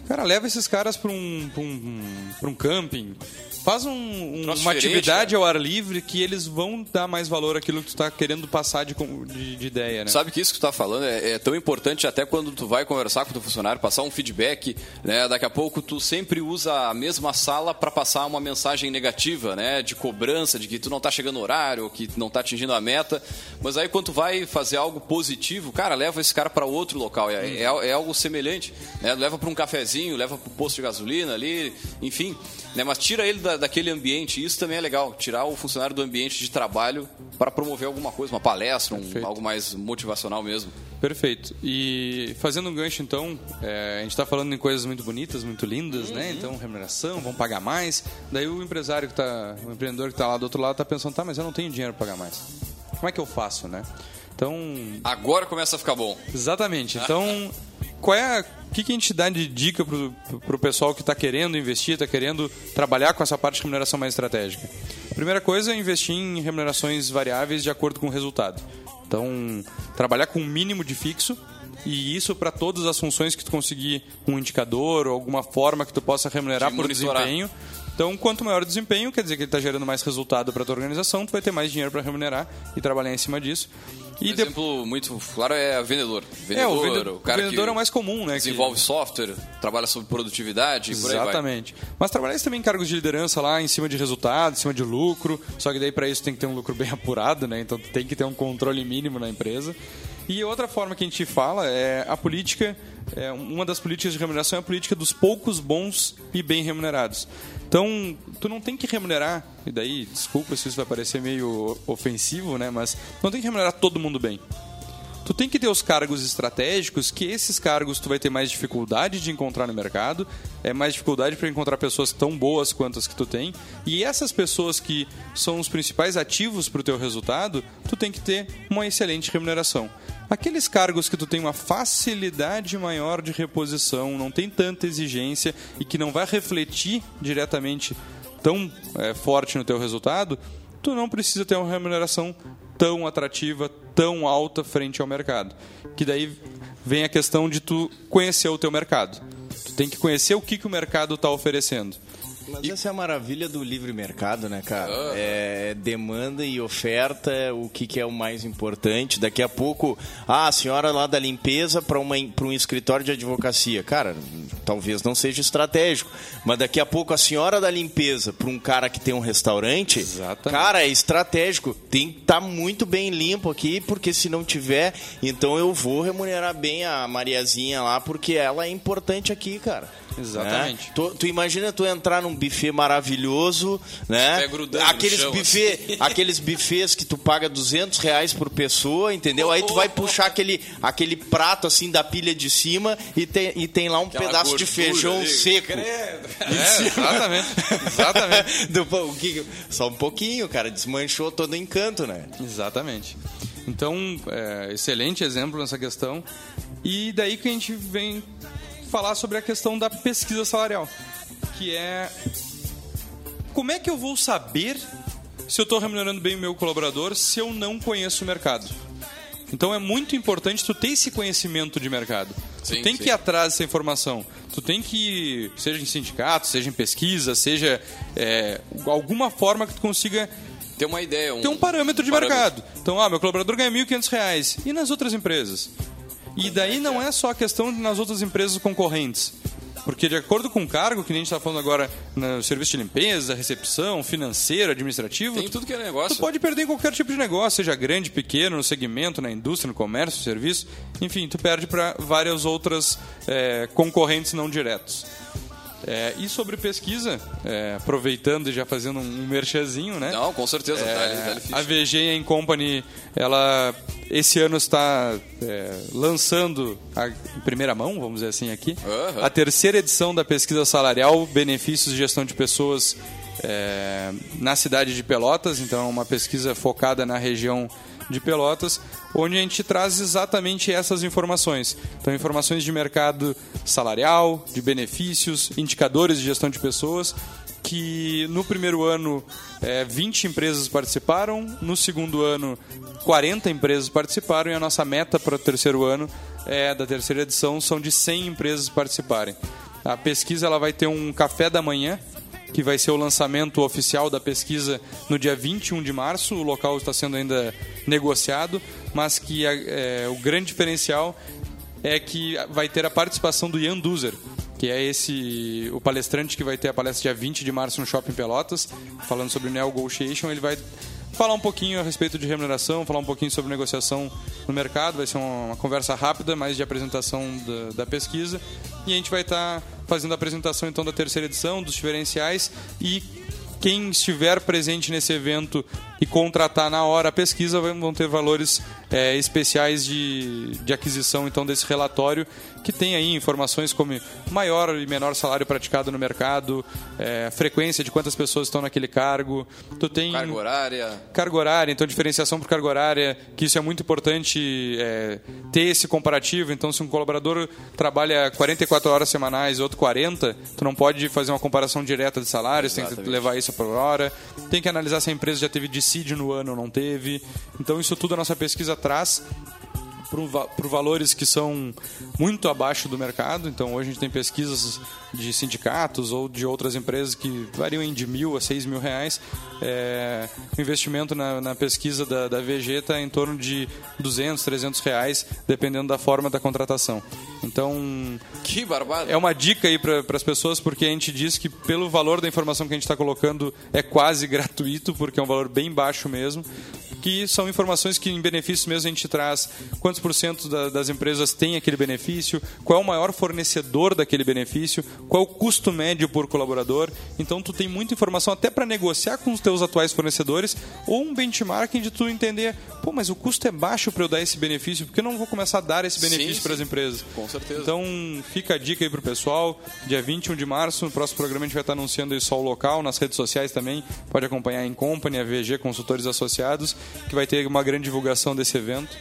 Cara, leva esses caras para um, pra um, pra um camping. Faz um, um, uma atividade cara. ao ar livre que eles vão dar mais valor àquilo que tu está querendo passar de, de, de ideia, né? Sabe que isso que tu tá falando é, é tão importante até quando tu vai conversar com o teu funcionário, passar um feedback, né? Daqui a pouco tu sempre usa a mesma sala para passar uma mensagem negativa, né? De cobrança, de que tu não tá chegando no horário, que não tá atingindo a meta. Mas aí quando tu vai fazer algo positivo, cara, leva esse cara para outro local. É, é, é algo semelhante, né? Leva para um cafezinho, leva para o posto de gasolina ali, enfim... Né, mas tira ele da, daquele ambiente, isso também é legal, tirar o funcionário do ambiente de trabalho para promover alguma coisa, uma palestra, um, algo mais motivacional mesmo. Perfeito. E fazendo um gancho então, é, a gente está falando em coisas muito bonitas, muito lindas, uhum. né? Então remuneração, vão pagar mais. Daí o empresário que tá, o empreendedor que está lá do outro lado está pensando, tá, mas eu não tenho dinheiro para pagar mais. Como é que eu faço, né? Então... Agora começa a ficar bom. Exatamente. Então, qual é a... O que, que a gente dá de dica para o pessoal que está querendo investir, está querendo trabalhar com essa parte de remuneração mais estratégica? A primeira coisa é investir em remunerações variáveis de acordo com o resultado. Então, trabalhar com um mínimo de fixo, e isso para todas as funções que tu conseguir um indicador ou alguma forma que tu possa remunerar de por monitorar. desempenho. Então, quanto maior o desempenho, quer dizer que ele está gerando mais resultado para a tua organização, tu vai ter mais dinheiro para remunerar e trabalhar em cima disso. Um e exemplo de... muito claro é o vendedor. vendedor é, o, vende... o cara o vendedor que é o mais comum, né? Desenvolve que... software, trabalha sobre produtividade e por aí vai. Exatamente. Mas trabalhar também em cargos de liderança lá, em cima de resultado, em cima de lucro. Só que daí para isso tem que ter um lucro bem apurado, né? Então tem que ter um controle mínimo na empresa. E outra forma que a gente fala é a política, é, uma das políticas de remuneração é a política dos poucos bons e bem remunerados. Então, tu não tem que remunerar, e daí, desculpa se isso vai parecer meio ofensivo, né? Mas não tem que remunerar todo mundo bem. Tu tem que ter os cargos estratégicos, que esses cargos tu vai ter mais dificuldade de encontrar no mercado, é mais dificuldade para encontrar pessoas tão boas quanto as que tu tem, e essas pessoas que são os principais ativos para o teu resultado, tu tem que ter uma excelente remuneração. Aqueles cargos que tu tem uma facilidade maior de reposição, não tem tanta exigência e que não vai refletir diretamente tão é, forte no teu resultado, tu não precisa ter uma remuneração tão atrativa, tão alta frente ao mercado. Que daí vem a questão de tu conhecer o teu mercado. Tu tem que conhecer o que, que o mercado está oferecendo. Mas e... essa é a maravilha do livre mercado, né, cara? Ah. É demanda e oferta, o que, que é o mais importante. Daqui a pouco, ah, a senhora lá da limpeza para um escritório de advocacia. Cara, talvez não seja estratégico, mas daqui a pouco a senhora da limpeza para um cara que tem um restaurante, exatamente. Cara, é estratégico. Tem que estar tá muito bem limpo aqui, porque se não tiver, então eu vou remunerar bem a Mariazinha lá, porque ela é importante aqui, cara. Exatamente. Né? Tu, tu imagina tu entrar num buffet maravilhoso, né? Aqueles chão, buffet, assim. Aqueles buffets que tu paga duzentos reais por pessoa, entendeu? Oh, Aí tu oh, vai puxar oh. aquele, aquele prato assim da pilha de cima e tem, e tem lá um Aquela pedaço de feijão ali. seco. É, exatamente. Exatamente. Do, só um pouquinho, cara. Desmanchou todo o encanto, né? Exatamente. Então, é, excelente exemplo nessa questão. E daí que a gente vem falar sobre a questão da pesquisa salarial, que é como é que eu vou saber se eu estou remunerando bem o meu colaborador se eu não conheço o mercado. Então é muito importante tu ter esse conhecimento de mercado. Sim, tu tem sim. que ir atrás dessa informação. Tu tem que, seja em sindicato, seja em pesquisa, seja é, alguma forma que tu consiga ter uma ideia, um, ter um parâmetro de parâmetro. mercado. Então, ah, meu colaborador ganha mil e quinhentos reais. E nas outras empresas? E daí não é só a questão de nas outras empresas concorrentes. Porque de acordo com o cargo, que nem a gente está falando agora no serviço de limpeza, recepção, financeiro, administrativo... Tem tudo que é negócio. Tu pode perder em qualquer tipo de negócio, seja grande, pequeno, no segmento, na indústria, no comércio, no serviço. Enfim, tu perde para várias outras é, concorrentes não diretos. É, e sobre pesquisa, é, aproveitando e já fazendo um merchazinho, né? Não, com certeza. É, dá-lhe, dá-lhe a V G Company, ela esse ano está é, lançando a, em primeira mão, vamos dizer assim aqui, uhum. a terceira edição da pesquisa salarial Benefícios de Gestão de Pessoas é, na cidade de Pelotas. Então é uma pesquisa focada na região de Pelotas, onde a gente traz exatamente essas informações. Então, informações de mercado salarial, de benefícios, indicadores de gestão de pessoas, que no primeiro ano é, vinte empresas participaram, no segundo ano quarenta empresas participaram e a nossa meta para o terceiro ano é, da terceira edição são de cem empresas participarem. A pesquisa ela vai ter um café da manhã, que vai ser o lançamento oficial da pesquisa no dia vinte e um de março. O local está sendo ainda negociado, mas que é, o grande diferencial é que vai ter a participação do Ian Duzer, que é esse o palestrante que vai ter a palestra dia vinte de março no Shopping Pelotas, falando sobre negotiation. Ele vai falar um pouquinho a respeito de remuneração, falar um pouquinho sobre negociação no mercado. Vai ser uma, uma conversa rápida, mais de apresentação da, da pesquisa. E a gente vai estar tá fazendo a apresentação então da terceira edição, dos diferenciais, e quem estiver presente nesse evento e contratar na hora a pesquisa vão ter valores é, especiais de, de aquisição então desse relatório, que tem aí informações como maior e menor salário praticado no mercado, é, frequência de quantas pessoas estão naquele cargo, tu tem carga horária, carga horária, então diferenciação por carga horária, que isso é muito importante, é, ter esse comparativo. Então, se um colaborador trabalha quarenta e quatro horas semanais e outro quarenta, tu não pode fazer uma comparação direta de salários. Exatamente. Tem que levar isso por hora, tem que analisar se a empresa já teve dissídio no ano ou não teve. Então, isso tudo a nossa pesquisa traz por, por valores que são muito abaixo do mercado. Então, hoje a gente tem pesquisas de sindicatos ou de outras empresas que variam de mil a seis mil reais. É, o investimento na, na pesquisa da, da V G está em torno de duzentos, trezentos reais, dependendo da forma da contratação. Então, que barbado. É uma dica aí para as pessoas, porque a gente diz que pelo valor da informação que a gente está colocando é quase gratuito, porque é um valor bem baixo mesmo, que são informações que em benefício mesmo a gente traz quantos por cento da, das empresas têm aquele benefício, qual é o maior fornecedor daquele benefício, qual é o custo médio por colaborador. Então tu tem muita informação até para negociar com os teus atuais fornecedores, ou um benchmarking de tu entender, pô, mas o custo é baixo para eu dar esse benefício, porque eu não vou começar a dar esse benefício para as empresas. Com certeza. Então fica a dica aí pro pessoal, dia vinte e um de março, no próximo programa a gente vai estar anunciando isso ao local, nas redes sociais também, pode acompanhar em Company, a V G Consultores Associados, que vai ter uma grande divulgação desse evento.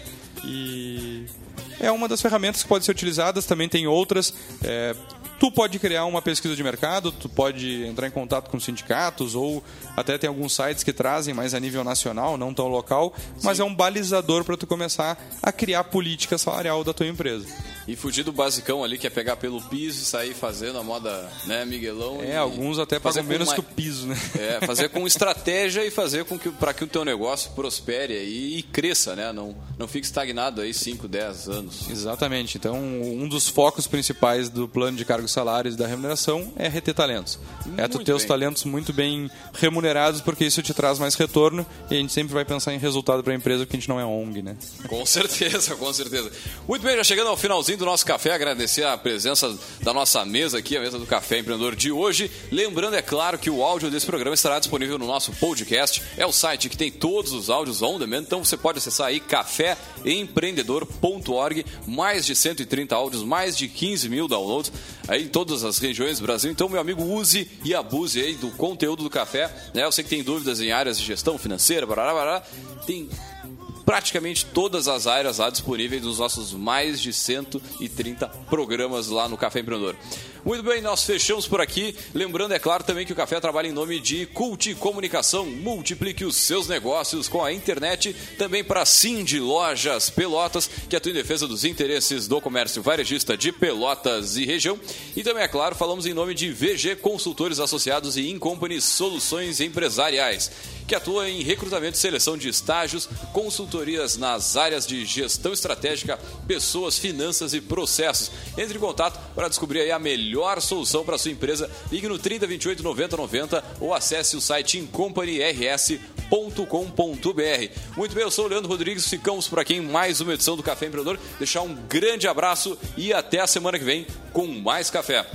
E é uma das ferramentas que pode ser utilizadas, também tem outras. É, tu pode criar uma pesquisa de mercado, tu pode entrar em contato com sindicatos, ou até tem alguns sites que trazem mais a nível nacional, não tão local, mas Sim. é um balizador para tu começar a criar política salarial da tua empresa. E fugir do basicão ali, que é pegar pelo piso e sair fazendo a moda, né, Miguelão? É, alguns até pagam menos uma... que o piso, né? É, fazer com estratégia e fazer com que para que o teu negócio prospere aí e cresça, né? Não, não fique estagnado aí cinco, dez anos. Exatamente. Então, um dos focos principais do plano de cargos, salários e da remuneração é reter talentos. Muito é tu ter bem. Os talentos muito bem remunerados, porque isso te traz mais retorno, e a gente sempre vai pensar em resultado para a empresa, porque a gente não é O N G, né? Com certeza, com certeza. Muito bem, já chegando ao finalzinho do nosso café, agradecer a presença da nossa mesa aqui, a mesa do Café Empreendedor de hoje. Lembrando, é claro, que o áudio desse programa estará disponível no nosso podcast. É o site que tem todos os áudios on demand, então você pode acessar aí café empreendedor ponto org, mais de cento e trinta áudios, mais de quinze mil downloads aí em todas as regiões do Brasil. Então, meu amigo, use e abuse aí do conteúdo do café, né? Eu sei que tem dúvidas em áreas de gestão financeira, barará, barará. Tem praticamente todas as áreas lá disponíveis nos nossos mais de cento e trinta programas lá no Café Empreendedor. Muito bem, nós fechamos por aqui. Lembrando, é claro, também que o Café trabalha em nome de Cult Comunicação. Multiplique os seus negócios com a internet. Também para Cindy Lojas Pelotas, que atua em defesa dos interesses do comércio varejista de Pelotas e região. E também, é claro, falamos em nome de V G Consultores Associados e Incompany Soluções Empresariais, que atua em recrutamento e seleção de estágios, consultorias nas áreas de gestão estratégica, pessoas, finanças e processos. Entre em contato para descobrir aí a melhor solução para a sua empresa. Ligue no trinta, vinte e oito, noventa, noventa ou acesse o site incompany r s ponto com ponto b r. Muito bem, eu sou o Leandro Rodrigues, ficamos por aqui em mais uma edição do Café Empreendedor. Deixar um grande abraço e até a semana que vem com mais café.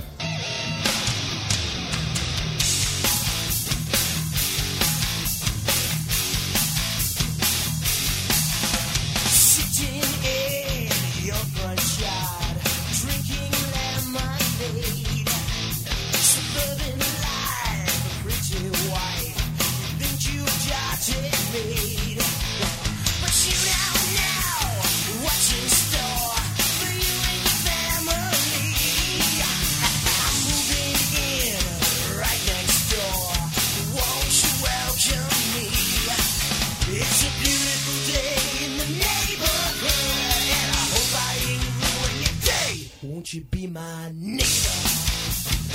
Won't you be my my nation.